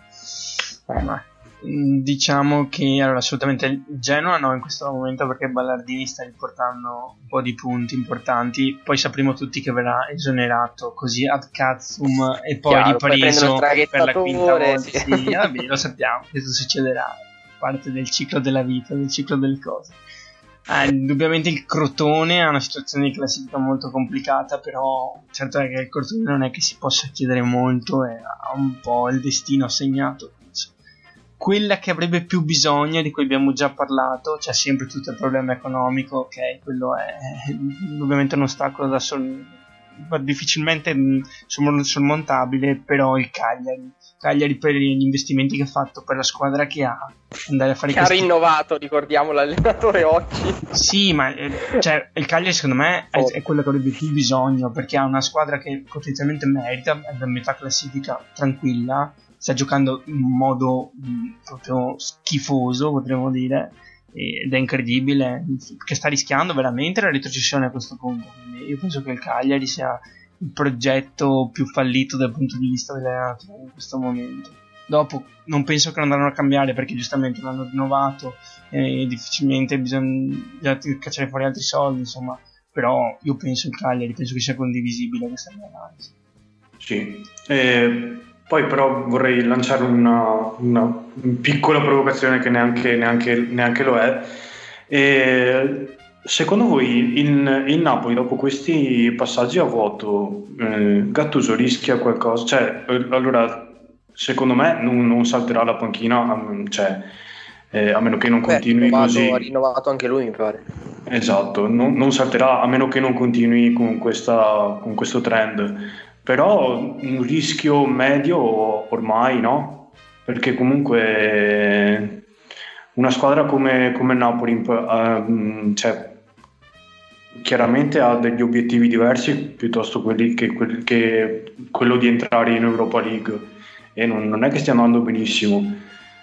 B: diciamo che allora, assolutamente il Genoa no in questo momento, perché Ballardini sta riportando un po' di punti importanti, poi sapremo tutti che verrà esonerato così ad cazzum e poi ripreso per la quinta volta. Sì, vabbè, lo sappiamo, questo succederà, parte del ciclo della vita, del ciclo delle cose. Indubbiamente il Crotone ha una situazione di classifica molto complicata, però certo è che il Crotone non è che si possa chiedere molto e ha un po' il destino assegnato. Quella che avrebbe più bisogno, di cui abbiamo già parlato, c'è sempre tutto il problema economico, ok, quello è ovviamente un ostacolo difficilmente sormontabile, però il Cagliari per gli investimenti che ha fatto, per la squadra che ha, andare a fare
E: che ha rinnovato, ricordiamo, l'allenatore oggi.
B: Sì, ma cioè, il Cagliari secondo me è quello che avrebbe più bisogno, perché ha una squadra che potenzialmente merita, è da metà classifica tranquilla, sta giocando in modo proprio schifoso, potremmo dire, ed è incredibile, che sta rischiando veramente la retrocessione a questo punto. Quindi io penso che il Cagliari sia il progetto più fallito dal punto di vista dell'allenatore in questo momento. Dopo non penso che andranno a cambiare, perché giustamente l'hanno rinnovato e difficilmente bisogna cacciare fuori altri soldi, insomma, però io penso il Cagliari, penso che sia condivisibile questa mia analisi.
F: Sì, poi però vorrei lanciare una piccola provocazione che neanche lo è. Secondo voi il Napoli, dopo questi passaggi a vuoto, Gattuso rischia qualcosa? Cioè, allora, secondo me non salterà la panchina, a meno che non continui così.
E: Ha rinnovato anche lui, mi pare.
F: Esatto, non salterà a meno che non continui con questo trend. Però un rischio medio ormai, no? Perché comunque una squadra come Napoli chiaramente ha degli obiettivi diversi, piuttosto che quello di entrare in Europa League, e non è che stia andando benissimo.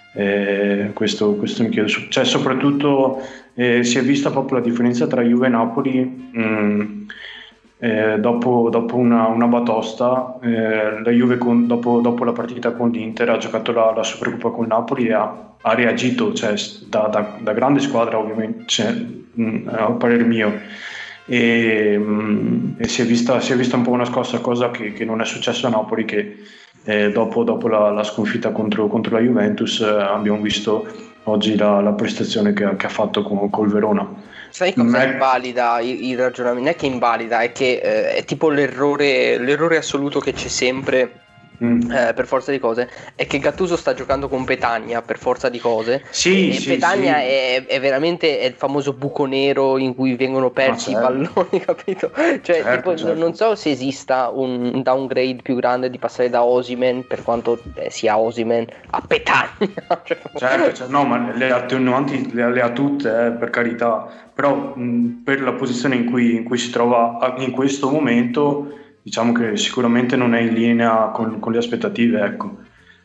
F: Questo mi chiedo, cioè, soprattutto si è vista proprio la differenza tra Juve e Napoli. Dopo una batosta, la Juve dopo la partita con l'Inter ha giocato la Supercoppa con Napoli e ha reagito, cioè, da grande squadra, ovviamente, a parer mio, e si è vista un po' una scossa, cosa che non è successo a Napoli, che dopo la sconfitta contro la Juventus abbiamo visto oggi la prestazione che ha fatto col Verona.
E: Sai cosa invalida il ragionamento? Non è che invalida, è che è tipo l'errore assoluto che c'è sempre. Per forza di cose, è che Gattuso sta giocando con Petagna per forza di cose. Petagna è veramente il famoso buco nero in cui vengono persi i palloni, capito? Cioè, certo. Non so se esista un downgrade più grande di passare da Osimhen, per quanto sia Osimhen, a Petagna.
F: Certo, no, ma le attenuanti le ha tutte, per carità, però per la posizione in cui si trova in questo momento, diciamo che sicuramente non è in linea con le aspettative, ecco.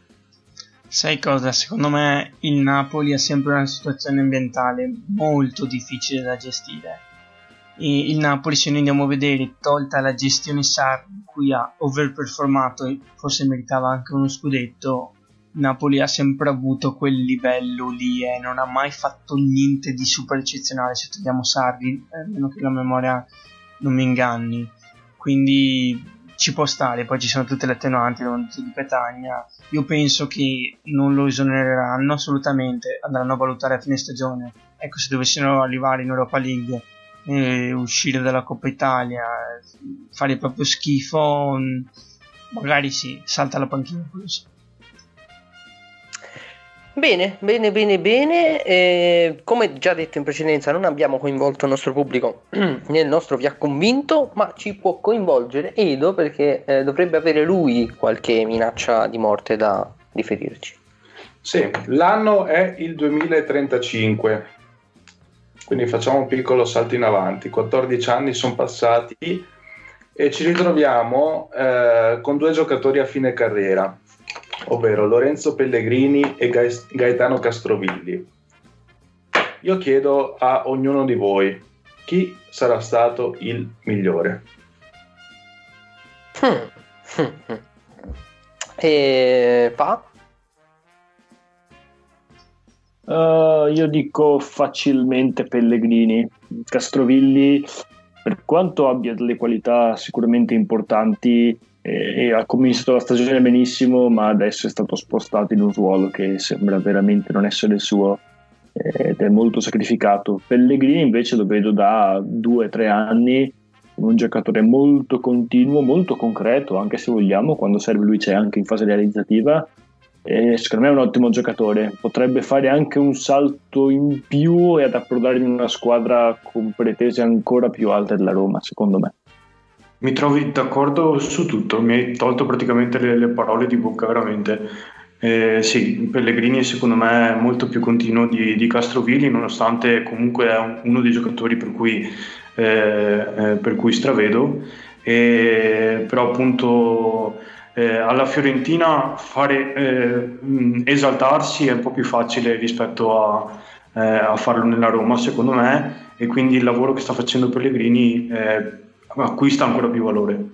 B: Sai cosa? Secondo me il Napoli ha sempre una situazione ambientale molto difficile da gestire. E il Napoli, se noi andiamo a vedere, tolta la gestione Sarri, in cui ha overperformato e forse meritava anche uno scudetto, il Napoli ha sempre avuto quel livello lì e non ha mai fatto niente di super eccezionale, se togliamo Sarri, a meno che la memoria non mi inganni. Quindi ci può stare, poi ci sono tutte le attenuanti di Petagna. Io penso che non lo esonereranno assolutamente, andranno a valutare a fine stagione. Ecco, se dovessero arrivare in Europa League e uscire dalla Coppa Italia, fare proprio schifo, magari sì, salta la panchina, quello sì.
E: Bene. Come già detto in precedenza, non abbiamo coinvolto il nostro pubblico nel nostro Vi ha convinto, ma ci può coinvolgere Edo, perché dovrebbe avere lui qualche minaccia di morte da riferirci.
D: Sì, l'anno è il 2035, quindi facciamo un piccolo salto in avanti. 14 anni sono passati e ci ritroviamo con due giocatori a fine carriera, ovvero Lorenzo Pellegrini e Gaetano Castrovilli. Io chiedo a ognuno di voi, chi sarà stato il migliore?
E: E Pa?
G: Io dico facilmente Pellegrini. Castrovilli, per quanto abbia delle qualità sicuramente importanti, ha cominciato la stagione benissimo, ma adesso è stato spostato in un ruolo che sembra veramente non essere il suo, ed è molto sacrificato. Pellegrini invece lo vedo da 2 o 3 anni, un giocatore molto continuo, molto concreto, anche se vogliamo, quando serve lui c'è anche in fase realizzativa. Secondo me è un ottimo giocatore, potrebbe fare anche un salto in più e ad approdare in una squadra con pretese ancora più alte della Roma, secondo me.
F: Mi trovi d'accordo su tutto, mi hai tolto praticamente le parole di bocca, veramente. Sì, Pellegrini secondo me è molto più continuo di Castrovilli, nonostante comunque è uno dei giocatori per cui stravedo, però appunto alla Fiorentina esaltarsi è un po' più facile rispetto a farlo nella Roma, secondo me, e quindi il lavoro che sta facendo Pellegrini acquista ancora più valore.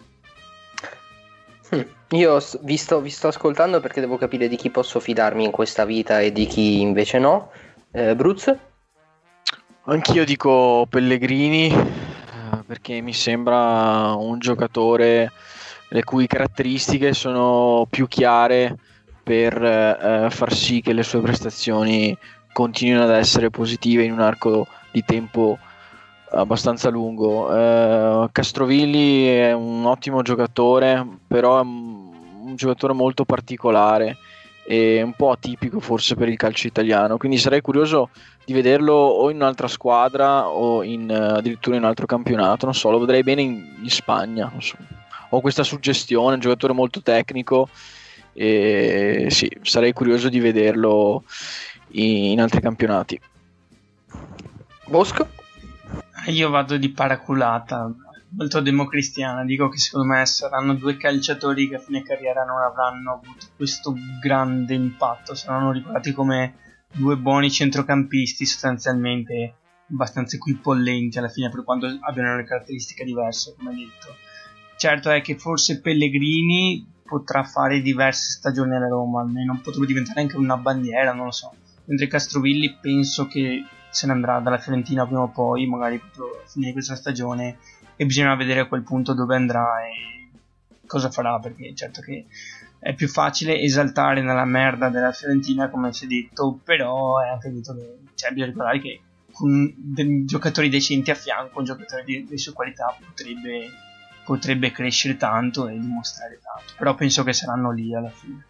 E: Io vi sto ascoltando perché devo capire di chi posso fidarmi in questa vita e di chi invece no. Bruz?
H: Anch'io dico Pellegrini, perché mi sembra un giocatore le cui caratteristiche sono più chiare per far sì che le sue prestazioni continuino ad essere positive in un arco di tempo abbastanza lungo. Castrovilli è un ottimo giocatore, però è un giocatore molto particolare e un po' atipico forse per il calcio italiano, quindi sarei curioso di vederlo o in un'altra squadra o addirittura in un altro campionato, non so, lo vedrei bene in Spagna, non so. Ho questa suggestione, un giocatore molto tecnico, e sì, sarei curioso di vederlo in altri campionati.
E: Bosco?
B: Io vado di paraculata, molto democristiana, dico che secondo me saranno 2 calciatori che a fine carriera non avranno avuto questo grande impatto, saranno ricordati come 2 buoni centrocampisti sostanzialmente abbastanza equipollenti alla fine, per quanto abbiano le caratteristiche diverse, come detto. Certo è che forse Pellegrini potrà fare diverse stagioni alla Roma, almeno potrebbe diventare anche una bandiera, non lo so, mentre Castrovilli penso che se ne andrà dalla Fiorentina prima o poi, magari proprio a fine di questa stagione, e bisogna vedere a quel punto dove andrà e cosa farà, perché certo che è più facile esaltare nella merda della Fiorentina, come si è detto, però è anche detto che bisogna ricordare che con dei giocatori decenti a fianco, un giocatore di sue qualità potrebbe crescere tanto e dimostrare tanto, però penso che saranno lì alla fine.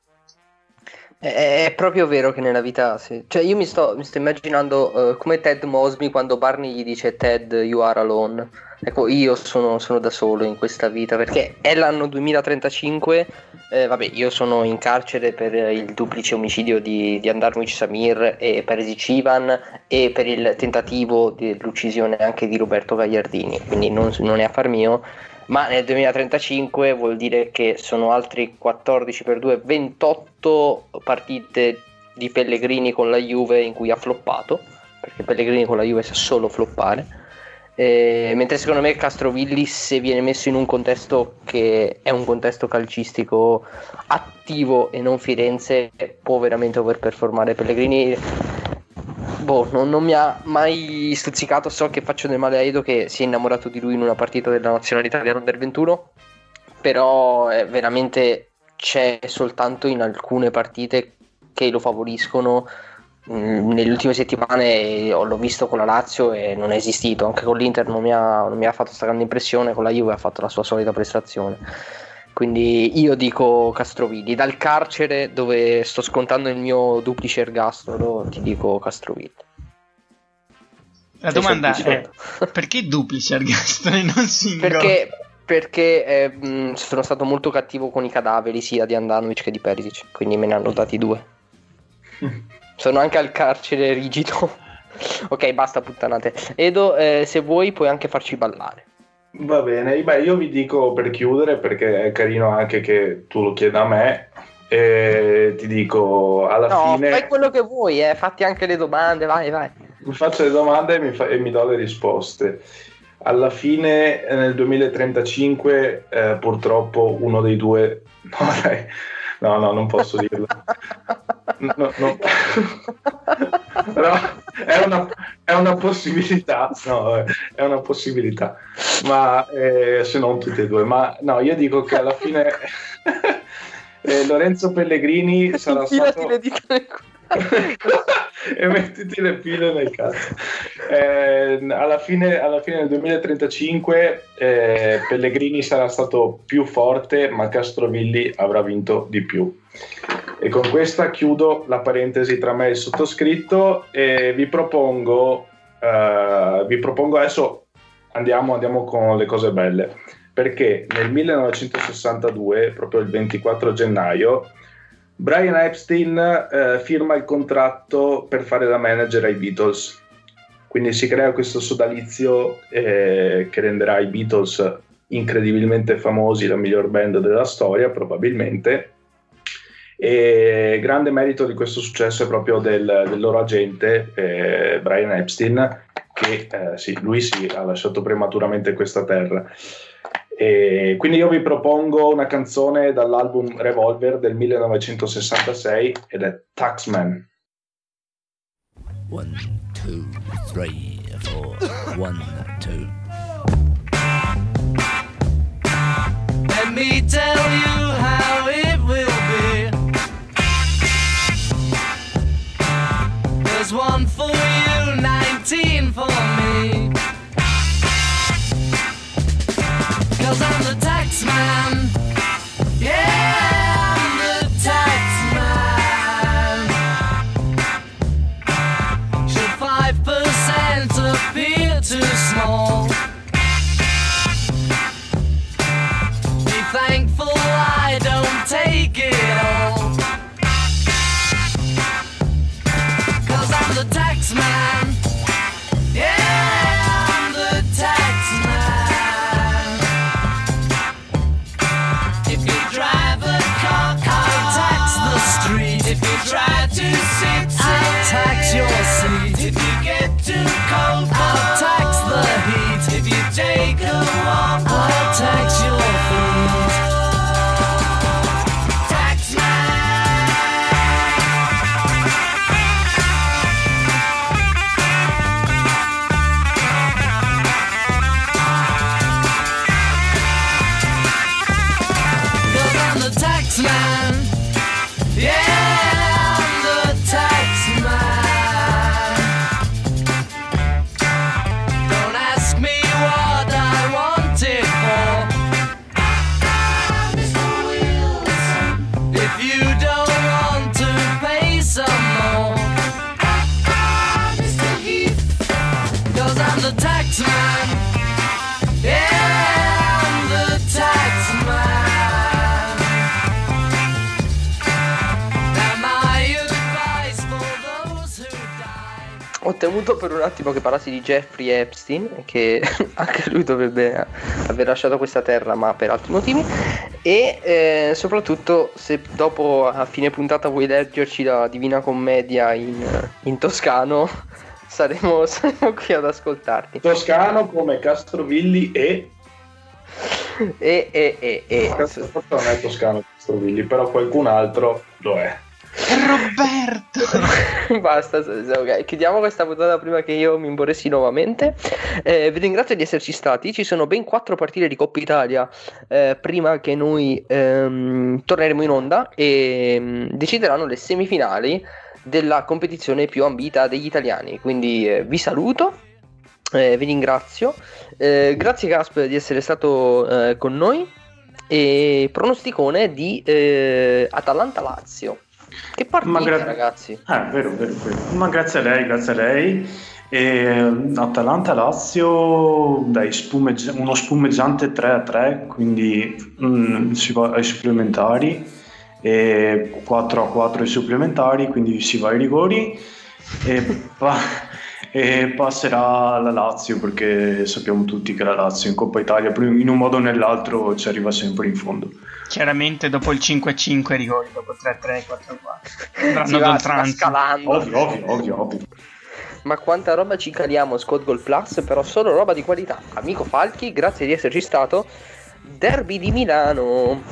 E: È proprio vero che nella vita cioè io mi sto immaginando come Ted Mosby quando Barney gli dice Ted you are alone. Ecco, io sono da solo in questa vita, perché è l'anno 2035. Vabbè, io sono in carcere per il duplice omicidio di Andarmovic Samir e Perisic Ivan, e per il tentativo dell'uccisione anche di Roberto Gagliardini, quindi non è affar mio. Ma nel 2035 vuol dire che sono altri 14 per 2, 28 partite di Pellegrini con la Juve in cui ha floppato, perché Pellegrini con la Juve sa solo floppare, mentre secondo me Castrovilli, se viene messo in un contesto che è un contesto calcistico attivo e non Firenze, può veramente overperformare. Pellegrini non mi ha mai stuzzicato. So che faccio del male a Edo, che si è innamorato di lui in una partita della nazionale italiana under 21, però veramente c'è soltanto in alcune partite che lo favoriscono. Nelle ultime settimane l'ho visto con la Lazio e non è esistito, anche con l'Inter non mi ha fatto questa grande impressione, con la Juve ha fatto la sua solita prestazione. Quindi io dico Castrovilli. Dal carcere dove sto scontando il mio duplice ergastolo ti dico Castrovilli.
B: La domanda è perché duplice ergastolo e non singolo?
E: Perché sono stato molto cattivo con i cadaveri sia di Andanovic che di Perisic, quindi me ne hanno dati 2. Sono anche al carcere rigido. Ok, basta puttanate. Edo, se vuoi puoi anche farci ballare.
D: Va bene, beh, io vi dico per chiudere, perché è carino anche che tu lo chieda a me, e ti dico alla fine...
E: No, fai quello che vuoi, fatti anche le domande, vai.
D: Mi faccio le domande e mi do le risposte. alla fine nel 2035 purtroppo uno dei due no, non posso dirlo. No. Però è una possibilità, è una possibilità, ma se non tutti e due, ma no, io dico che alla fine Lorenzo Pellegrini sarà stato
E: le dita nel culo.
D: e mettiti le pile nel cazzo. Alla fine del 2035 Pellegrini sarà stato più forte, ma Castrovilli avrà vinto di più. E con questa chiudo la parentesi tra me e il sottoscritto e vi propongo adesso andiamo con le cose belle, perché nel 1962, proprio il 24 gennaio, Brian Epstein firma il contratto per fare da manager ai Beatles. Quindi si crea questo sodalizio che renderà i Beatles incredibilmente famosi, la miglior band della storia probabilmente, e grande merito di questo successo è proprio del loro agente Brian Epstein, che lui ha lasciato prematuramente questa terra. E quindi io vi propongo una canzone dall'album Revolver del 1966 ed è Taxman.
I: 1, 2, 3, 4, 1, 2. Let me tell you how it will be. There's one for you, 19 for me. 'Cause I'm the tax man. Yeah, I'm the tax man. Should 5% appear too small? Be thankful I don't take it all. 'Cause I'm the tax man. Yeah, I'm the tax man. If you drive a car, I'll tax the street. If you try to sit, I'll tax your seat. If you get too cold, I'll tax the heat. If you take a walk, I'll tax your feet. Tax man. Yeah, I'm the tax man. Don't ask me what I want it for. If you don't want to pay some more. 'Cause I'm the tax man. Yeah, I'm the tax man.
E: Ho temuto per un attimo che parlassi di Jeffrey Epstein, che anche lui dovrebbe aver lasciato questa terra, ma per altri motivi. E soprattutto, se dopo a fine puntata vuoi leggerci la Divina Commedia in toscano, saremo qui ad ascoltarti.
D: Toscano come Castrovilli e Castrovilli non è toscano Castrovilli, però qualcun altro lo è.
B: Roberto.
E: Basta, ok, chiudiamo questa puntata prima che io mi imborressi nuovamente. Vi ringrazio di esserci stati. Ci sono ben 4 partite di Coppa Italia prima che noi torneremo in onda e decideranno le semifinali della competizione più ambita degli italiani. Quindi vi saluto, vi ringrazio, grazie Gasp di essere stato con noi, e pronosticone di Atalanta-Lazio. Che partita, ragazzi.
F: Vero. Ma grazie a lei. Atalanta-Lazio, dai, uno spumeggiante 3-3, quindi si va ai supplementari, e 4-4 ai supplementari, quindi si va ai rigori e passerà la Lazio, perché sappiamo tutti che la Lazio in Coppa Italia in un modo o nell'altro ci arriva sempre in fondo.
B: Chiaramente dopo il 5-5 rigori, dopo 3-3, 4-4 andranno ad oltranza.
F: Ovvio.
E: Ma quanta roba ci caliamo Squad Goal Plus, però solo roba di qualità. Amico Falchi, grazie di esserci stato. Derby di Milano.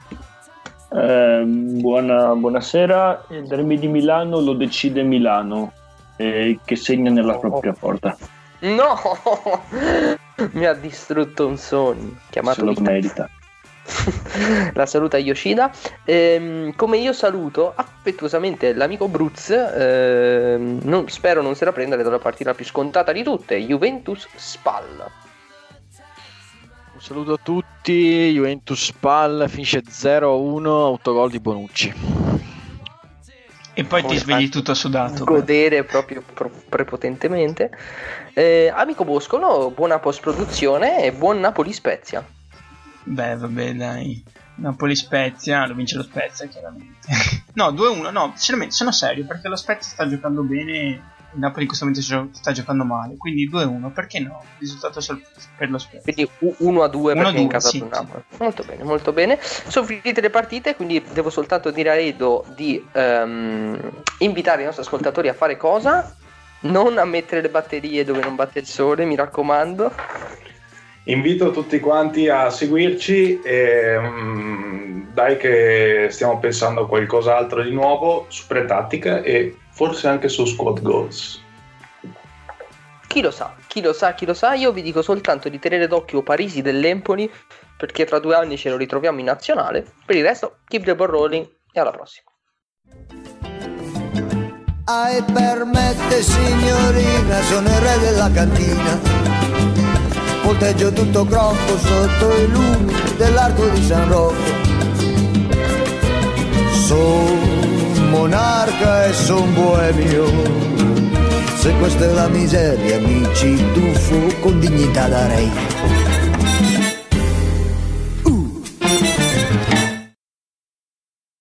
G: Buonasera. Il derby di Milano lo decide Milano, che segna nella propria porta.
E: No! Mi ha distrutto un sogno. Chiamato
G: Se lo
E: vita.
G: merita.
E: La saluta Yoshida. Come io saluto affettuosamente l'amico Bruz, spero non se la prenda dalla partita più scontata di tutte, Juventus Spal.
H: Un saluto a tutti. Juventus Spal finisce 0-1, autogol di Bonucci.
B: E poi ti svegli tutto sudato.
E: Godere proprio prepotentemente. Amico Boscolo, buona post produzione e buon Napoli Spezia.
B: Beh, vabbè, dai. Napoli Spezia, lo vince lo Spezia, chiaramente. No, 2-1, no, sinceramente sono serio, perché lo Spezia sta giocando bene, il Napoli in questo momento sta giocando male, quindi 2-1, perché no? Risultato per lo Spezia.
E: Quindi 1-2 perché in casa
B: sì,
E: del Napoli. Sì. Molto bene, molto bene. Sono finite le partite, quindi devo soltanto dire a Edo di invitare i nostri ascoltatori a fare cosa? Non a mettere le batterie dove non batte il sole, mi raccomando.
D: Invito tutti quanti a seguirci e dai che stiamo pensando a qualcos'altro di nuovo su Pretattica e forse anche su Squad Goals.
E: Chi lo sa, io vi dico soltanto di tenere d'occhio Parisi dell'Empoli, perché tra 2 anni ce lo ritroviamo in nazionale. Per il resto, keep the ball rolling e alla prossima.
J: Permette signorina, sono il re della cantina, volteggio tutto crocco sotto i lumi dell'arco di San Rocco. Son monarca e son boemio, se questa è la miseria mi ci tuffo con dignità da re.